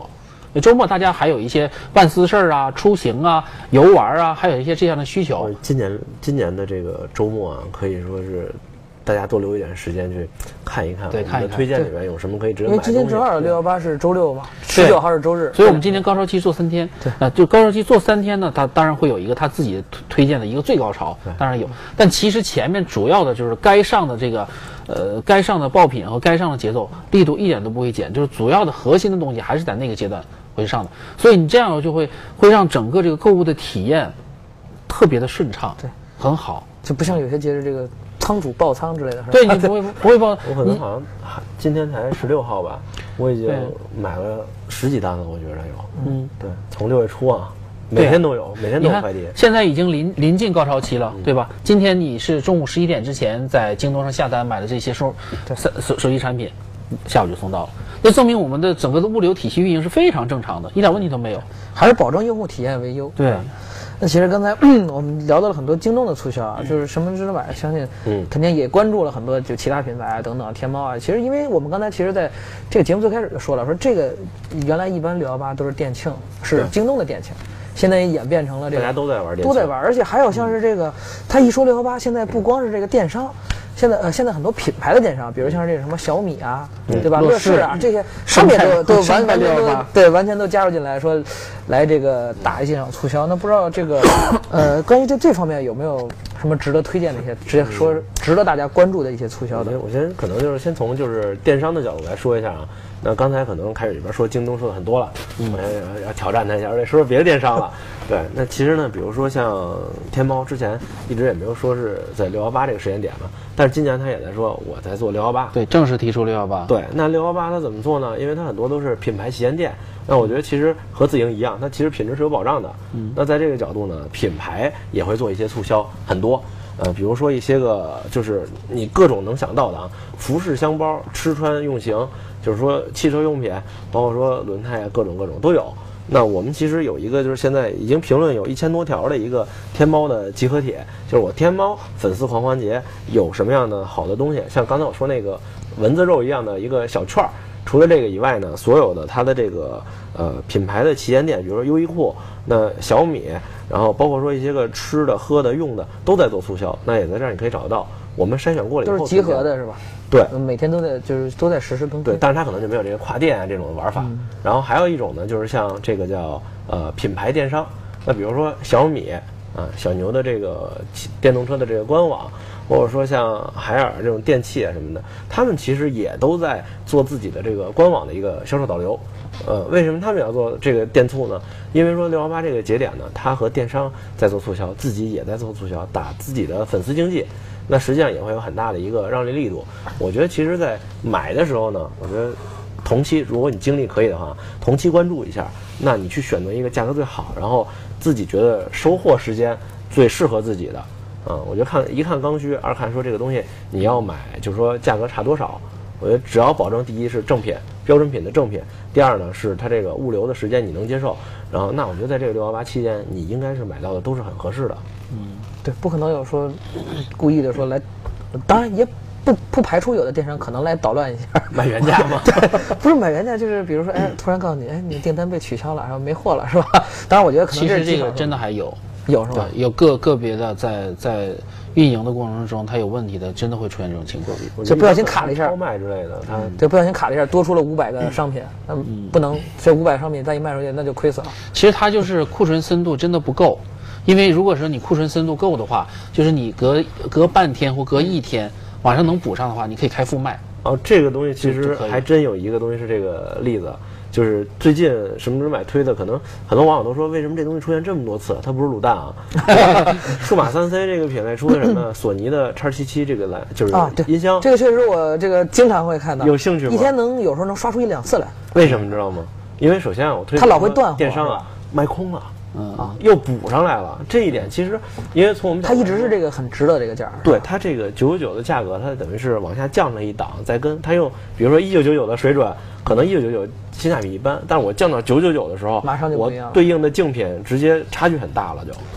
周末大家还有一些办私事儿啊、出行啊、游玩啊，还有一些这样的需求。 今年的这个周末啊，可以说是大家多留一点时间去看一看， 对，看一看推荐里面有什么可以值得买的东西。 因为今天正好618是周六嘛，19号是周日， 所以我们今天高潮期做3天。对，就高潮期做3天呢，它当然会有一个他自己推荐的一个最高潮，当然有。但其实前面主要的就是该上的这个，该上的爆品和该上的节奏力度一点都不会减，就是主要的核心的东西还是在那个阶段会上的。所以你这样就会让整个这个购物的体验特别的顺畅， 对， 很好， 就不像有些节日这个仓主爆仓之类的，是吧？ 对，你不会爆。 我可能好像今天才16号吧，我已经买了10几单了，我觉得有。对，从6月初啊，每天都有，每天都有快递。 现在已经临近高潮期了，对吧？今天你是中午11点之前在京东上下单买的这些手机产品，下午就送到了，那证明我们的整个的物流体系运营是非常正常的，一点问题都没有， 还是保证用户体验为优。 对。 那其实刚才我们聊到了很多京东的促销啊，就是什么值得买，相信肯定也关注了很多就其他品牌啊等等，天猫啊。其实因为我们刚才其实在这个节目最开始就说了，说这个原来一般618都是店庆，是京东的店庆，现在也演变成了这个大家都在玩店庆， 都在玩，而且还有像是这个，他一说618，现在不光是这个电商。现在很多品牌的电商，比如像这个什么小米啊，对吧？乐视啊，这些他们也都完全都加入进来，说来这个打一些场促销。那不知道这个关于这方面有没有什么值得推荐的一些，直接说值得大家关注的一些促销的？ 我先可能就是先从就是电商的角度来说一下啊。那刚才可能开始里边说京东说的很多了，我要挑战他一下，而且说别的电商了。对，那其实呢，比如说像天猫之前一直也没有说是在618这个时间点嘛，但是今年他也在说我在做618， 对，正式提出618。 对，那618它怎么做呢？因为它很多都是品牌旗舰店，那我觉得其实和自营一样，它其实品质是有保障的。那在这个角度呢，品牌也会做一些促销，很多。比如说一些个就是你各种能想到的啊，服饰、箱包、吃穿用行，就是说汽车用品，包括说轮胎啊，各种都有。那我们其实有一个就是现在已经评论有1000多条的一个天猫的集合帖，就是我天猫粉丝狂欢节有什么样的好的东西，像刚才我说那个蚊子肉一样的一个小券儿。除了这个以外呢，所有的它的这个品牌的旗舰店，比如说优衣库、那小米，然后包括说一些个吃的、喝的、用的都在做促销，那也在这儿你可以找得到。我们筛选过了以后都是集合的是吧？ 对， 每天都在实时更新。 对，但是它可能就没有这个跨店啊这种玩法。然后还有一种呢，就是像这个叫品牌电商，那比如说小米啊、小牛的这个电动车的这个官网。或者说像海尔这种电器啊什么的，他们其实也都在做自己的这个官网的一个销售导流。为什么他们要做这个电促呢？因为说618这个节点呢，它和电商在做促销，自己也在做促销，打自己的粉丝经济，那实际上也会有很大的一个让利力度。我觉得其实在买的时候呢，我觉得同期如果你精力可以的话，同期关注一下，那你去选择一个价格最好，然后自己觉得收货时间最适合自己的。我就一看刚需，二看说这个东西你要买，就是说价格差多少。我觉得只要保证第一是正品、标准品的正品，第二呢是它这个物流的时间你能接受，然后那我觉得在这个618期间，你应该是买到的都是很合适的。 对，不可能有说故意的说来，当然也不排除有的电商可能来捣乱一下， 买原价吗？ 对，不是买原价，就是比如说，突然告诉你，你订单被取消了，然后没货了，是吧？当然，我觉得可能其实这个真的还有是吧？ 有个别的在运营的过程中，它有问题的，真的会出现这种情况。 就不小心卡了一下， 超卖之类的， 对，不小心卡了一下，多出了500个商品，那不能这500商品再一卖出去，那就亏死了。 其实它就是库存深度真的不够，因为如果说你库存深度够的话，就是你隔半天或隔1天晚上能补上的话，你可以开复卖。 这个东西其实还真有一个东西是这个例子。就是最近什么时候买推的，可能很多网友都说，为什么这东西出现这么多次？它不是卤蛋啊。数码3C 这个品类出的什么？索尼的X77这个就是音箱， 这个确实我这个经常会看到。 有兴趣吗？ 一天有时候能刷出1、2次来。 为什么你知道吗？因为首先我推它老会断货， 电商啊卖空了。又补上来了。这一点其实，因为从我们它一直是这个很值的这个价。 对，它这个999的价格，它等于是往下降了一档，再跟它用，比如说1999的水准，可能1999性价比一般，但是我降到999的时候， 马上就不一样了， 我对应的竞品直接差距很大了就。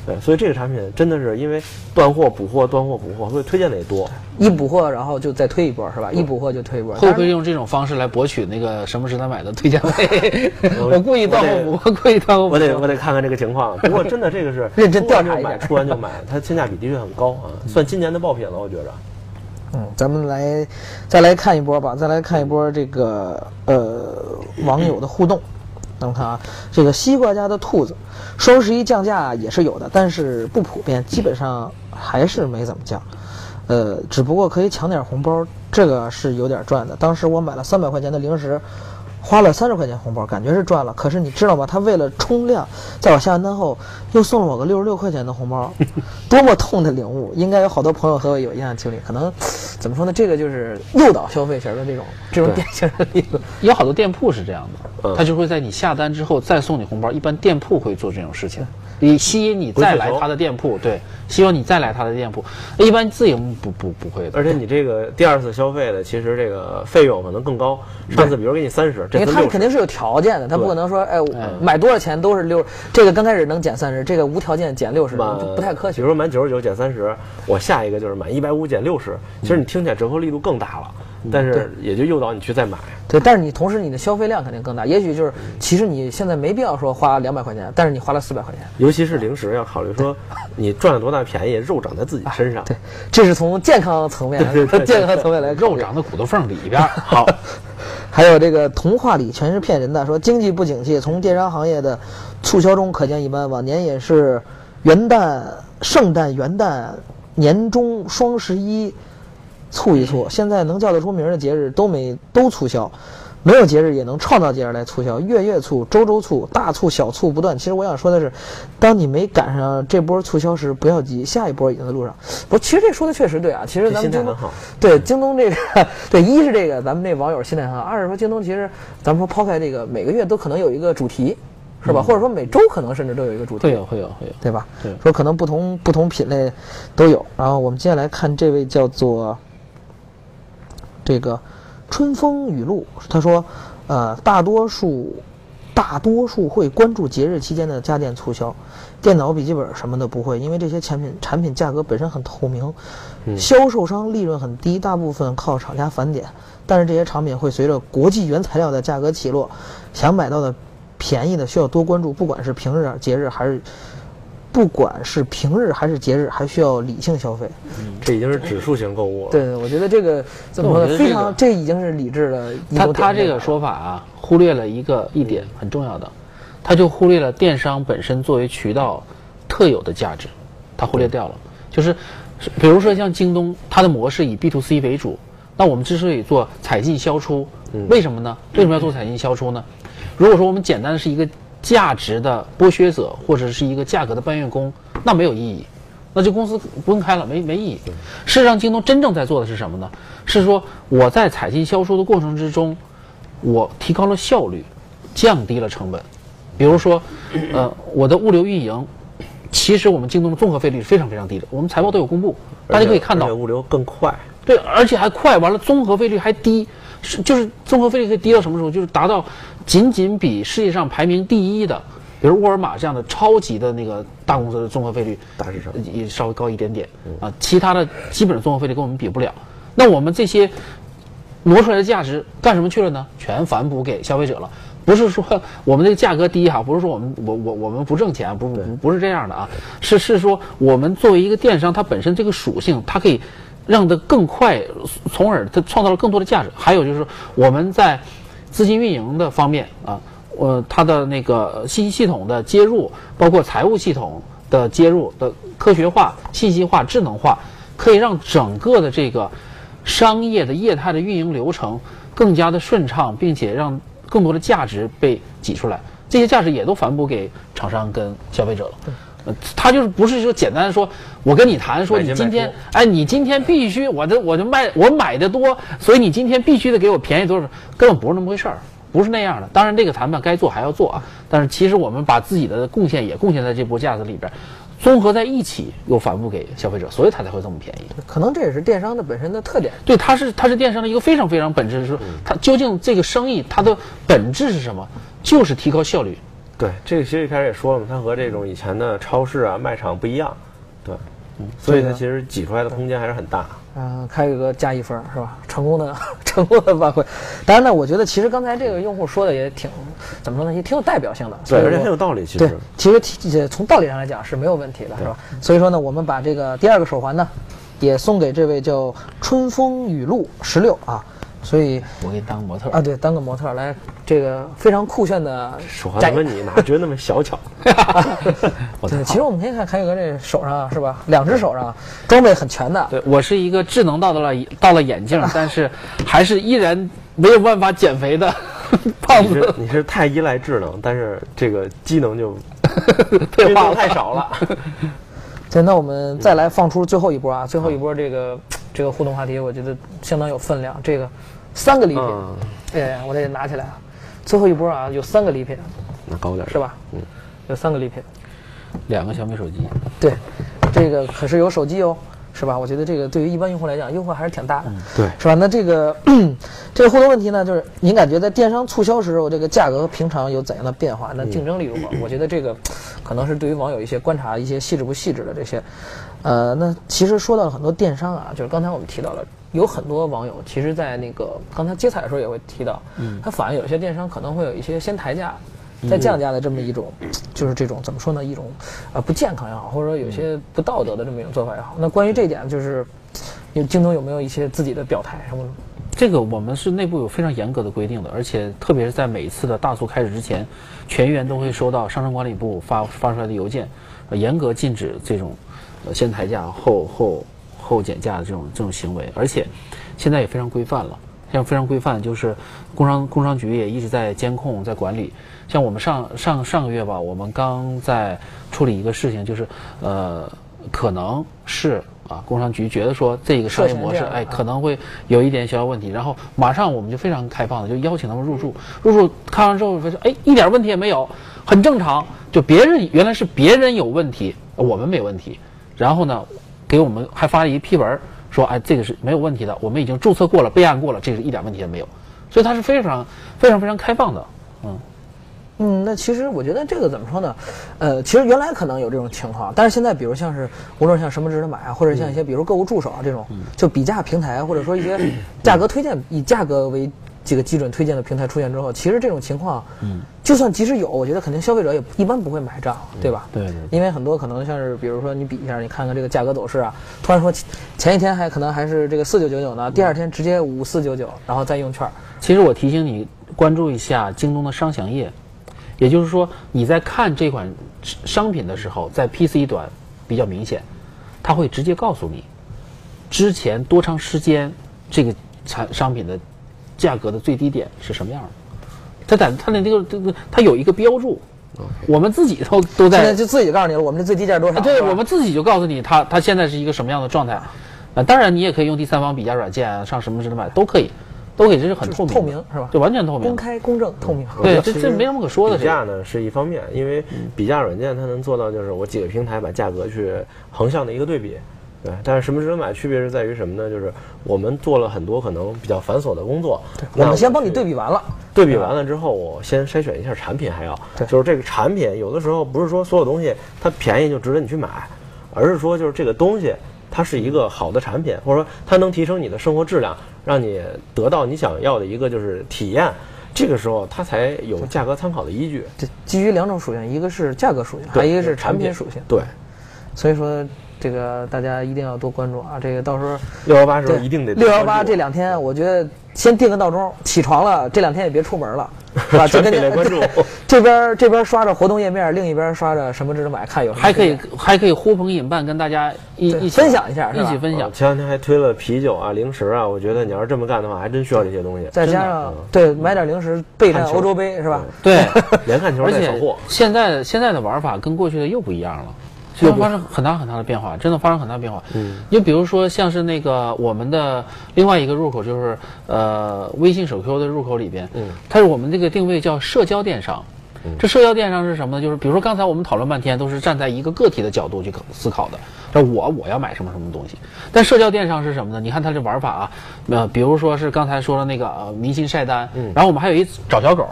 对，所以这个产品真的是因为断货补货，断货补货，所以推荐的也多。 一补货，然后就再推一波，是吧？一补货就推一波。 会不会用这种方式来博取那个什么值得买的推荐位？我故意断货补货，故意断货补货。 我得看看这个情况。不过真的这个是认真调查一下， 出完就买，它性价比的确很高啊，算今年的爆品了，我觉着。 咱们再来看一波吧，再来看一波这个网友的互动。咱们看啊，这个西瓜家的兔子，双11降价也是有的，但是不普遍，基本上还是没怎么降。只不过可以抢点红包，这个是有点赚的。当时我买了300块钱的零食，花了30块钱红包，感觉是赚了。可是你知道吗？他为了冲量，在我下完单后又送了我个66块钱的红包，多么痛的领悟！应该有好多朋友和我有一样的经历。可能怎么说呢？这个就是诱导消费型的这种典型的例子。 有好多店铺是这样的，他就会在你下单之后再送你红包。一般店铺会做这种事情，以吸引你再来他的店铺。对，希望你再来他的店铺。一般自营不会的。 而且你这个第2次消费的，其实这个费用可能更高。上次比如给你30，这次60。 因为他肯定是有条件的，他不可能说，哎，买多少钱都是60，这个刚开始能减30，这个无条件减60，不太科学。 比如说满99减30，我下一个就是满150减60，其实你听起来折扣力度更大了，但是也就诱导你去再买。 对，但是你同时你的消费量肯定更大，也许就是其实你现在没必要说花200块钱，但是你花了400块钱。 尤其是零食，要考虑说你赚了多大便宜，肉长在自己身上。 对，这是从健康层面，健康层面来， 肉长在骨头缝里边。 好。 还有这个童话里全是骗人的，说经济不景气，从电商行业的促销中可见一斑。往年也是元旦、圣诞、元旦、年中、双11促一促，现在能叫得出名的节日都促销，没有节日也能创造节日来促销，月促、周促、大促、小促不断。其实我想说的是，当你没赶上这波促销时，不要急，下一波已经在路上。不，其实这说的确实对啊。其实咱们京东对京东这个，对，一是这个咱们这网友心态很好，二是说京东其实咱们说抛开这个每个月都可能有一个主题，是吧？或者说每周可能甚至都有一个主题， 会有， 对吧？ 对， 说可能不同品类都有。然后我们接下来看这位叫做这个春风雨露，他说，大多数会关注节日期间的家电促销，电脑、笔记本什么的不会，因为这些产品价格本身很透明，销售商利润很低，大部分靠厂家返点，但是这些产品会随着国际原材料的价格起落，想买到的便宜的需要多关注，不管是平日节日还是节日，还需要理性消费。 这已经是指数型购物了。 对，我觉得这个怎么说呢？非常，这已经是理智的。 他这个说法啊，忽略了一点很重要的，他就忽略了电商本身作为渠道特有的价值，他忽略掉了。就是比如说像京东，它的模式以 B2C 为主，那我们之所以做采进销出，为什么呢？为什么要做采进销出呢？如果说我们简单的是一个价值的剥削者，或者是一个价格的搬运工，那没有意义，那这公司不用开了，没意义。事实上，京东真正在做的是什么呢？是说我在采进销售的过程之中，我提高了效率，降低了成本。比如说，我的物流运营，其实我们京东的综合费率是非常非常低的，我们财报都有公布，大家可以看到， 物流更快， 对，而且还快，完了综合费率还低，就是综合费率可以低到什么时候？就是达到仅比世界上排名第一的，比如沃尔玛这样的超级的那个大公司的综合费率， 大市场也稍微高一点点啊，其他的基本的综合费率跟我们比不了。那我们这些挪出来的价值干什么去了呢？全反哺给消费者了。不是说我们这个价格低哈，不是说我们不挣钱，不是这样的啊，是说我们作为一个电商，它本身这个属性，它可以让得更快，从而它创造了更多的价值。还有就是我们在资金运营的方面啊，它的那个信息系统的接入，包括财务系统的接入的科学化、信息化、智能化，可以让整个的这个商业的业态的运营流程更加的顺畅，并且让更多的价值被挤出来，这些价值也都反哺给厂商跟消费者了。他就是不是说简单说，我跟你谈说你今天，你今天必须我买的多，所以你今天必须得给我便宜多少，根本不是那么回事儿，不是那样的。当然这个谈判该做还要做啊，但是其实我们把自己的贡献也贡献在这波价值里边，综合在一起又反哺给消费者，所以它才会这么便宜。 可能这也是电商的本身的特点。 对，它是电商的一个非常非常本质，是说它究竟这个生意它的本质是什么？就是提高效率， 对，这个其实一开始也说了嘛，它和这种以前的超市啊、卖场不一样，对，所以它其实挤出来的空间还是很大。 开个加1分是吧？成功的挽回。当然呢，我觉得其实刚才这个用户说的也挺怎么说呢，也挺有代表性的， 对，而且很有道理。其实对，其实从道理上来讲是没有问题的，是吧？所以说呢，我们把这个第2个手环呢，也送给这位叫春风雨露16啊。所以我给你当个模特啊，对，当个模特来，这个非常酷炫的手环，问你哪觉得那么小巧？ 对，其实我们可以看凯宇哥这手上是吧，2只手上装备很全的。 对，我是一个智能到了眼镜，但是还是依然没有办法减肥的胖子。 你是太依赖智能，但是这个机能就退化太少了。 对，那我们再来放出最后一波啊，最后一波这个互动话题，我觉得相当有分量。这个3个礼品，哎，我这拿起来啊，最后一波啊，有3个礼品， 那高点是吧？有3个礼品 ，2个小米手机。 对，这个可是有手机哦，是吧？我觉得这个对于一般用户来讲，诱惑还是挺大的， 对， 是吧？那这个互动问题呢，就是您感觉在电商促销时候，这个价格和平常有怎样的变化？那竞争力如何？我觉得这个可能是对于网友一些观察，一些细致不细致的这些。那其实说到了很多电商啊，就是刚才我们提到了，有很多网友其实，在那个刚才接彩的时候也会提到，他反而有些电商可能会有一些先抬价，再降价的这么一种，就是这种怎么说呢，一种不健康也好，或者说有些不道德的这么一种做法也好。那关于这一点，就是京东有没有一些自己的表态什么的？ 这个我们是内部有非常严格的规定的，而且特别是在每一次的大促开始之前，全员都会收到商城管理部发出来的邮件，严格禁止这种先抬价后减价的这种行为，而且现在也非常规范了。像非常规范，就是工商局也一直在监控、在管理。像我们上个月吧，我们刚在处理一个事情，就是可能是工商局觉得说这个商业模式可能会有一点小小问题，然后马上我们就非常开放的就邀请他们入驻看完之后说一点问题也没有，很正常，就原来是别人有问题，我们没问题，然后呢给我们还发了一批文说这个是没有问题的，我们已经注册过了，备案过了，这个一点问题也没有，所以它是非常非常非常开放的。 那其实我觉得这个怎么说呢？其实原来可能有这种情况，但是现在比如像是无论像什么值得买啊，或者像一些比如购物助手啊这种，就比价平台或者说一些价格推荐以价格为这个基准推荐的平台出现之后，其实这种情况，就算即使有，我觉得肯定消费者也一般不会买账，对吧？ 对。 因为很多可能像是比如说你比一下，你看看这个价格走势啊，突然说前一天还可能还是这个4999呢，第2天直接5499，然后再用券。 其实我提醒你关注一下京东的商详页。也就是说，你在看这款商品的时候，在 PC 端比较明显，它会直接告诉你之前多长时间这个商品的价格的最低点是什么样的。它的这个它有一个标注，我们自己都在， 现在就自己告诉你了，我们的最低价多少？ 对，我们自己就告诉你它现在是一个什么样的状态。当然你也可以用第三方比价软件上什么值得买都可以。这是很透明是吧？ 就完全透明， 公开、公正、透明。 对，这没什么可说的。 比价呢是一方面，因为比价软件它能做到就是我几个平台把价格去横向的一个对比，对。但是什么值得买区别是在于什么呢？就是我们做了很多可能比较繁琐的工作， 我们先帮你对比完了， 对比完了之后，我先筛选一下产品，就是这个产品有的时候不是说所有东西它便宜就值得你去买，而是说就是这个东西。它是一个好的产品，或者说它能提升你的生活质量，让你得到你想要的一个就是体验，这个时候它才有价格参考的依据。 这基于2种属性，一个是价格属性，还有一个是产品属性。 对， 所以说这个大家一定要多关注啊！这个到时候 618时候一定得 618这2天，我觉得先定个闹钟，起床了这2天也别出门了，是吧？ 就跟你关注这边刷着活动页面，另一边刷着什么值得买，看有什么还可以呼朋引伴，跟大家一起分享一下， 一起分享。 前2天还推了啤酒啊、零食啊，我觉得你要是这么干的话，还真需要这些东西。 再加上对买点零食备战欧洲杯是吧？ 对， 连看球带扫货。 现在的玩法跟过去的又不一样了。现在发生很大的变化，真的发生很大变化。就比如说像是那个我们的另外一个入口，就是微信手 Q 的入口里边，它是我们这个定位叫社交电商。这社交电商是什么呢？就是比如说刚才我们讨论半天都是站在一个个体的角度去思考的，说我要买什么东西。但社交电商是什么呢？你看它这玩法啊，比如说是刚才说的那个明星晒单，然后我们还有一找小狗。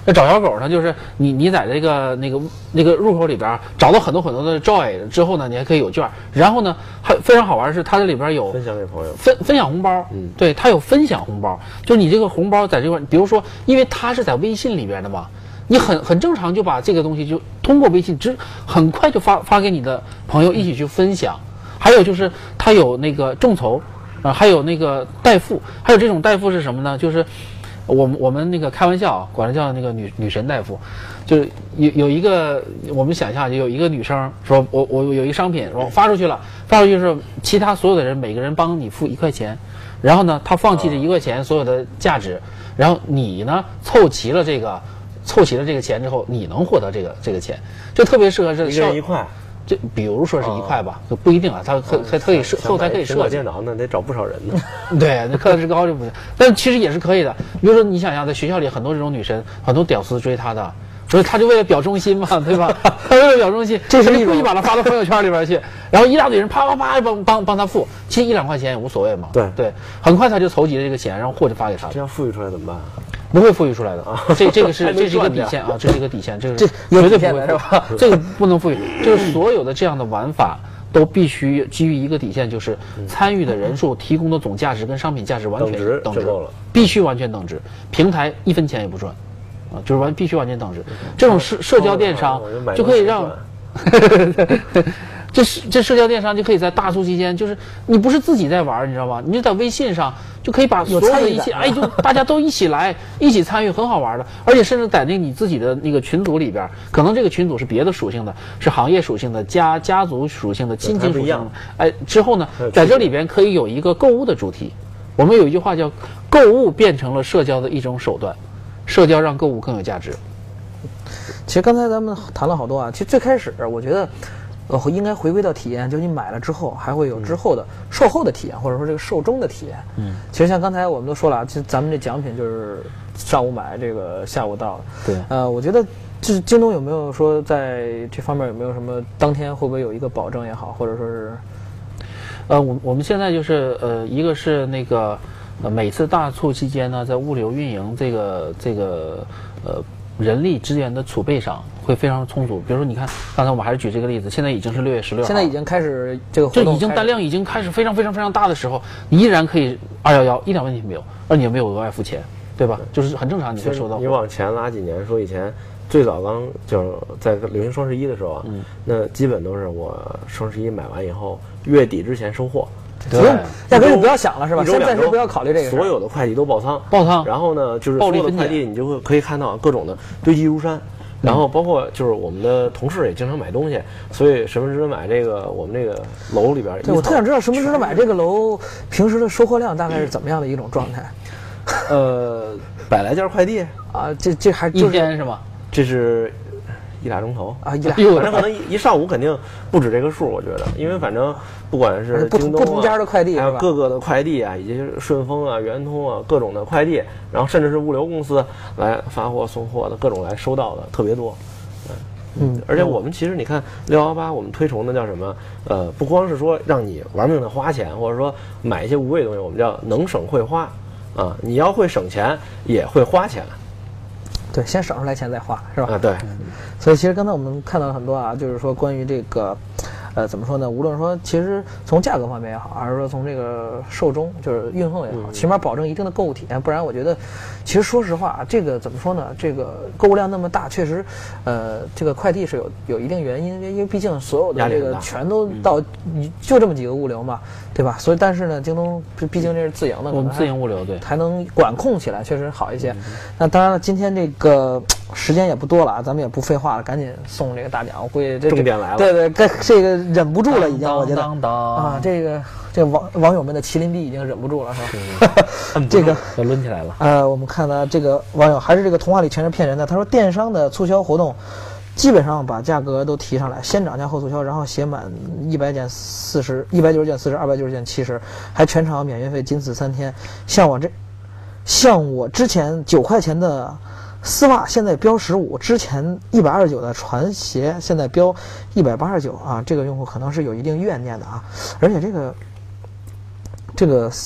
那找小狗呢，就是你在这个那个入口里边找到很多很多的 Joy 之后呢，你还可以有券。然后呢，还非常好玩的是，它这里边有分享给朋友， 分享红包。对，它有分享红包，就是你这个红包在这块，比如说，因为它是在微信里边的嘛，你很正常就把这个东西就通过微信很快就发给你的朋友一起去分享。还有就是它有那个众筹还有那个代付，还有这种代付是什么呢？就是我们那个开玩笑管它叫那个女神代付，就是有一个我们想象有一个女生说我有一商品我发出去了，发出去是其他所有的人每个人帮你付1块钱，然后呢他放弃这1块钱所有的价值，然后你呢凑齐了这个钱之后，你能获得这个钱，这特别适合这一个人1块。 这比如说是1块吧，就不一定啊，它可以后台可以设计。 电脑那得找不少人呢。 对，那课时高就不行，但其实也是可以的。比如说你想想，在学校里很多这种女生，很多屌丝追她的，所以她就为了表忠心嘛，对吧？她为了表忠心，这是故意把她发到朋友圈里边去，然后一大堆人啪帮她付，其实1、2块钱也无所谓嘛。 对， 很快她就筹集了这个钱，然后货就发给她了。 这要富裕出来怎么办？ 不会富裕出来的啊，这是一个底线啊，这是一个底线，这绝对不会是吧？这个不能富裕，就是所有的这样的玩法都必须基于一个底线，就是参与的人数、提供的总价值跟商品价值完全等值，必须完全等值，平台1分钱也不赚，啊，就是必须完全等值。这种社交电商就可以让。这社交电商就可以在大促期间，就是你不是自己在玩，你知道吗？你就在微信上就可以把所有的一起，就大家都一起来，一起参与，很好玩的。而且甚至在你自己的那个群组里边，可能这个群组是别的属性的，是行业属性的、家族属性的、亲情属性的。之后呢，在这里边可以有一个购物的主题。我们有一句话叫“购物变成了社交的一种手段”，社交让购物更有价值。 其实刚才咱们谈了好多啊，其实最开始我觉得。应该回归到体验，就你买了之后，还会有之后的售后的体验，或者说这个寿终的体验。其实像刚才我们都说了啊，其实咱们这奖品就是上午买，这个下午到了。 对， 我觉得就是京东有没有说在这方面有没有什么当天会不会有一个保证也好，或者说是， 我们现在就是一个是那个每次大促期间呢，在物流运营这个人力资源的储备上会非常充足。比如说，你看刚才我们还是举这个例子，现在已经是6月16号， 现在已经开始这个活动， 就已经单量已经开始非常非常非常大的时候，你依然可以211，一点问题没有，而你也没有额外付钱，对吧？就是很正常，你会收到。 你往前拉几年，说以前最早刚就是在流行双11的时候啊，那基本都是我双11买完以后，月底之前收货。 不用，压根就不要想了，是吧？现在是不要考虑这个。 所有的快递都爆仓，然后呢，就是所有的快递你就会可以看到各种的堆积如山，然后包括就是我们的同事也经常买东西，所以什么值得买这个我们这个楼里边。 对，我特想知道什么值得买这个楼平时的收货量大概是怎么样的一种状态 ？100来件快递啊，这还就是一天是吗？ 这是。1俩钟头啊， 反正可能一上午肯定不止这个数，我觉得，因为反正不管是京东不同家的快递， 还有各个的快递啊，以及顺丰啊、圆通啊各种的快递，然后甚至是物流公司来发货送货的各种来收到的特别多。而且我们其实你看618，我们推崇的叫什么？不光是说让你玩命的花钱，或者说买一些无谓的东西，我们叫能省会花啊。你要会省钱，也会花钱。 对，先省出来钱再花，是吧？ 对。 所以其实刚才我们看到了很多啊，就是说关于这个，怎么说呢？无论说其实从价格方面也好，还是说从这个寿终就是运费也好，起码保证一定的购物体验。不然我觉得，其实说实话，这个怎么说呢？这个购物量那么大，确实，这个快递是有一定原因，因为毕竟所有的这个全都到就这么几个物流嘛，对吧？所以但是呢，京东毕竟这是自营的， 我们自营物流对， 还能管控起来，确实好一些。那当然了，今天这个时间也不多了啊，咱们也不废话了，赶紧送这个大奖。我估计这重点来了， 对，这个忍不住了，已经我觉得啊，这网友们的麒麟臂已经忍不住了，是吧？这个要抡起来了。 我们看到这个网友还是这个童话里全是骗人的。他说电商的促销活动基本上把价格都提上来，先涨价后促销，然后写满100件40，190件40，290件70，还全场免运费，仅此3天。像我之前9块钱的丝袜现在标15，之前129的船鞋现在标189啊，这个用户可能是有一定怨念的啊，而且这个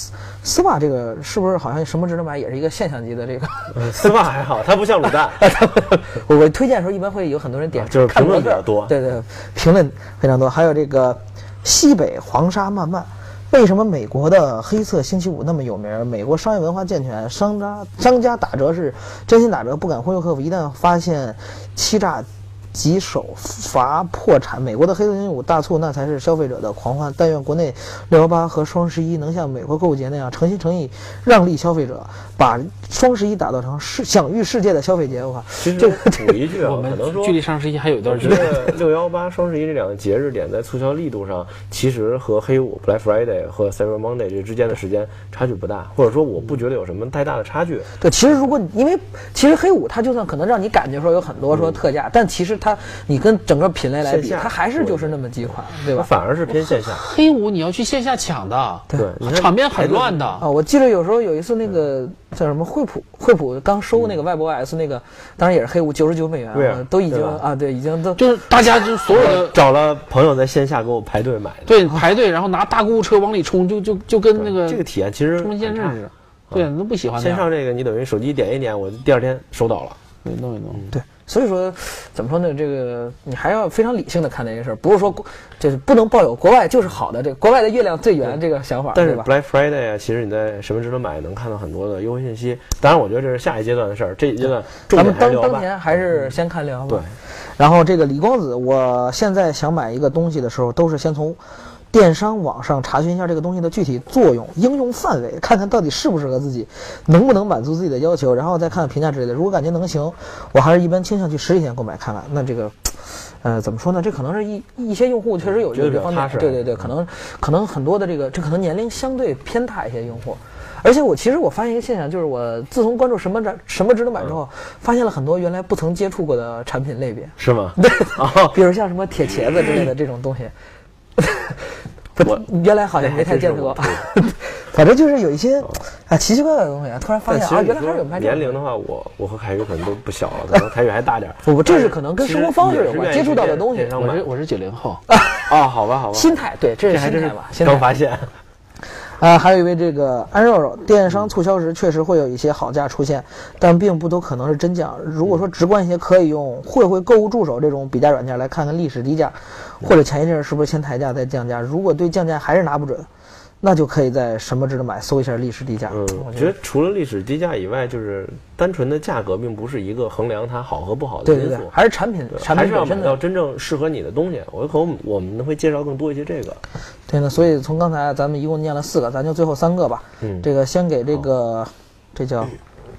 丝袜这个是不是好像什么值得买也是一个现象级的这个？ 丝袜还好，它不像卤蛋。 我推荐的时候一般会有很多人点， 就是评论比较多。 对对，评论非常多。还有这个西北黄沙漫漫。为什么美国的黑色星期五那么有名？美国商业文化健全，商家打折是真心打折，不敢忽悠客户。一旦发现欺诈，即首罚破产。美国的黑色星期五大促，那才是消费者的狂欢。但愿国内618和双11能像美国购物节那样诚心诚意让利消费者，把双11打造成享誉世界的消费节。我靠， 其实补一句啊，可能说距离双11还有一段距离。618、双11这两个节日点在促销力度上，其实和黑五 Black Friday 和 Cyber Monday 这之间的时间差距不大，或者说我不觉得有什么太大的差距。 对，其实如果因为其实黑五它就算可能让你感觉说有很多说特价，但其实你跟整个品类来比，它还是就是那么几款，对吧？ 反而是偏线下。 黑五你要去线下抢的， 对， 场面很乱的啊！我记得有时候有一次那个叫什么惠普刚收那个 WebOS 那个，当然也是黑五99美元，都已经啊，对，已经都就是大家就所有的找了朋友在线下给我排队买的， 对，排队，然后拿大购物车往里冲，就跟那个这个体验其实充电似的，对，都不喜欢。 线上这个你等于手机点一点，我第二天收到了， 对，弄一弄， 对。所以说，怎么说呢？这个你还要非常理性的看这件事儿，不是说就是不能抱有国外就是好的，这国外的月亮最圆这个想法， 但是吧 Black Friday 啊，其实你在什么值得买能看到很多的优惠信息。当然，我觉得这是下一阶段的事儿，这一阶段重点还是当前还是先看618。 对。 然后这个李光子，我现在想买一个东西的时候，都是先从电商网上查询一下这个东西的具体作用、应用范围，看看到底适不适合自己，能不能满足自己的要求，然后再看看评价之类的。如果感觉能行，我还是一般倾向去实体店购买看看。那这个，怎么说呢？这可能是一些用户确实有这方面，对，可能很多的这可能年龄相对偏大一些用户。而且其实我发现一个现象，就是我自从关注什么值得买之后，发现了很多原来不曾接触过的产品类别。 是吗？ 对，比如像什么铁茄子之类的这种东西。我原来好像没太见识过，反正就是有一些奇奇怪怪的东西啊，突然发现原来还是有卖。 年龄的话，我和凯宇可能都不小了，可能凯宇还大点。 不，这是可能跟生活方式有关，接触到的东西。 我是90后啊，好吧， 心态对，这是心态吧？ 刚发现。 还有一位这个安肉肉，电商促销时确实会有一些好价出现，但并不都可能是真价。如果说直观一些，可以用汇购物助手这种比价软件来看看历史低价，或者前一阵是不是先抬价再降价。如果对降价还是拿不准，那就可以在什么值得买搜一下历史低价。 我觉得除了历史低价以外，就是单纯的价格并不是一个衡量它好和不好的因素， 对，还是产品还是要买到真正适合你的东西。我们会介绍更多一些这个。 对呢，所以从刚才咱们一共念了4个，咱就最后3个吧。这个先给这个，这叫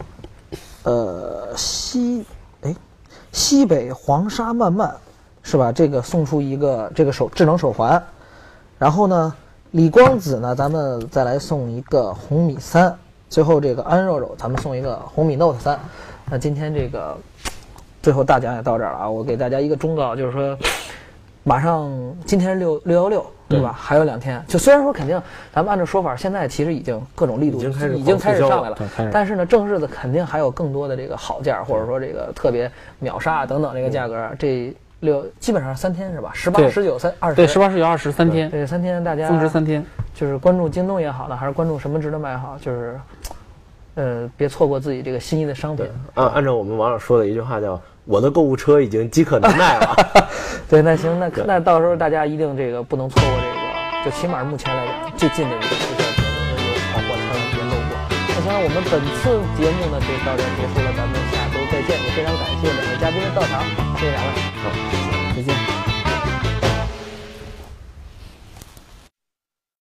西北黄沙漫漫，是吧？这个送出一个这个智能手环，然后呢。李光子呢，咱们再来送一个红米3，最后这个安肉肉，咱们送一个红米 Note 3。那今天这个最后大奖也到这儿了啊！我给大家一个忠告，就是说，马上今天是616，对吧？还有2天，就虽然说肯定咱们按照说法，现在其实已经各种力度已经开始上来了，但是呢，正日子肯定还有更多的这个好价，或者说这个特别秒杀等等这个价格，基本上3天是吧？18、19、20。 对，18、19、20 3天。 对，3天大家峰值3天， 就是关注京东也好呢，还是关注什么值得买好，就是别错过自己这个心仪的商品。 按照我们网友说的一句话叫“我的购物车已经饥渴难耐了”。 对，那行，那到时候大家一定这个不能错过这个，就起码目前来讲最近的一个促销节目，有好货千万别漏过。那行，我们本次节目呢就到这结束了，咱们下周再见。也非常感谢2位嘉宾的到场，谢谢2位。 好。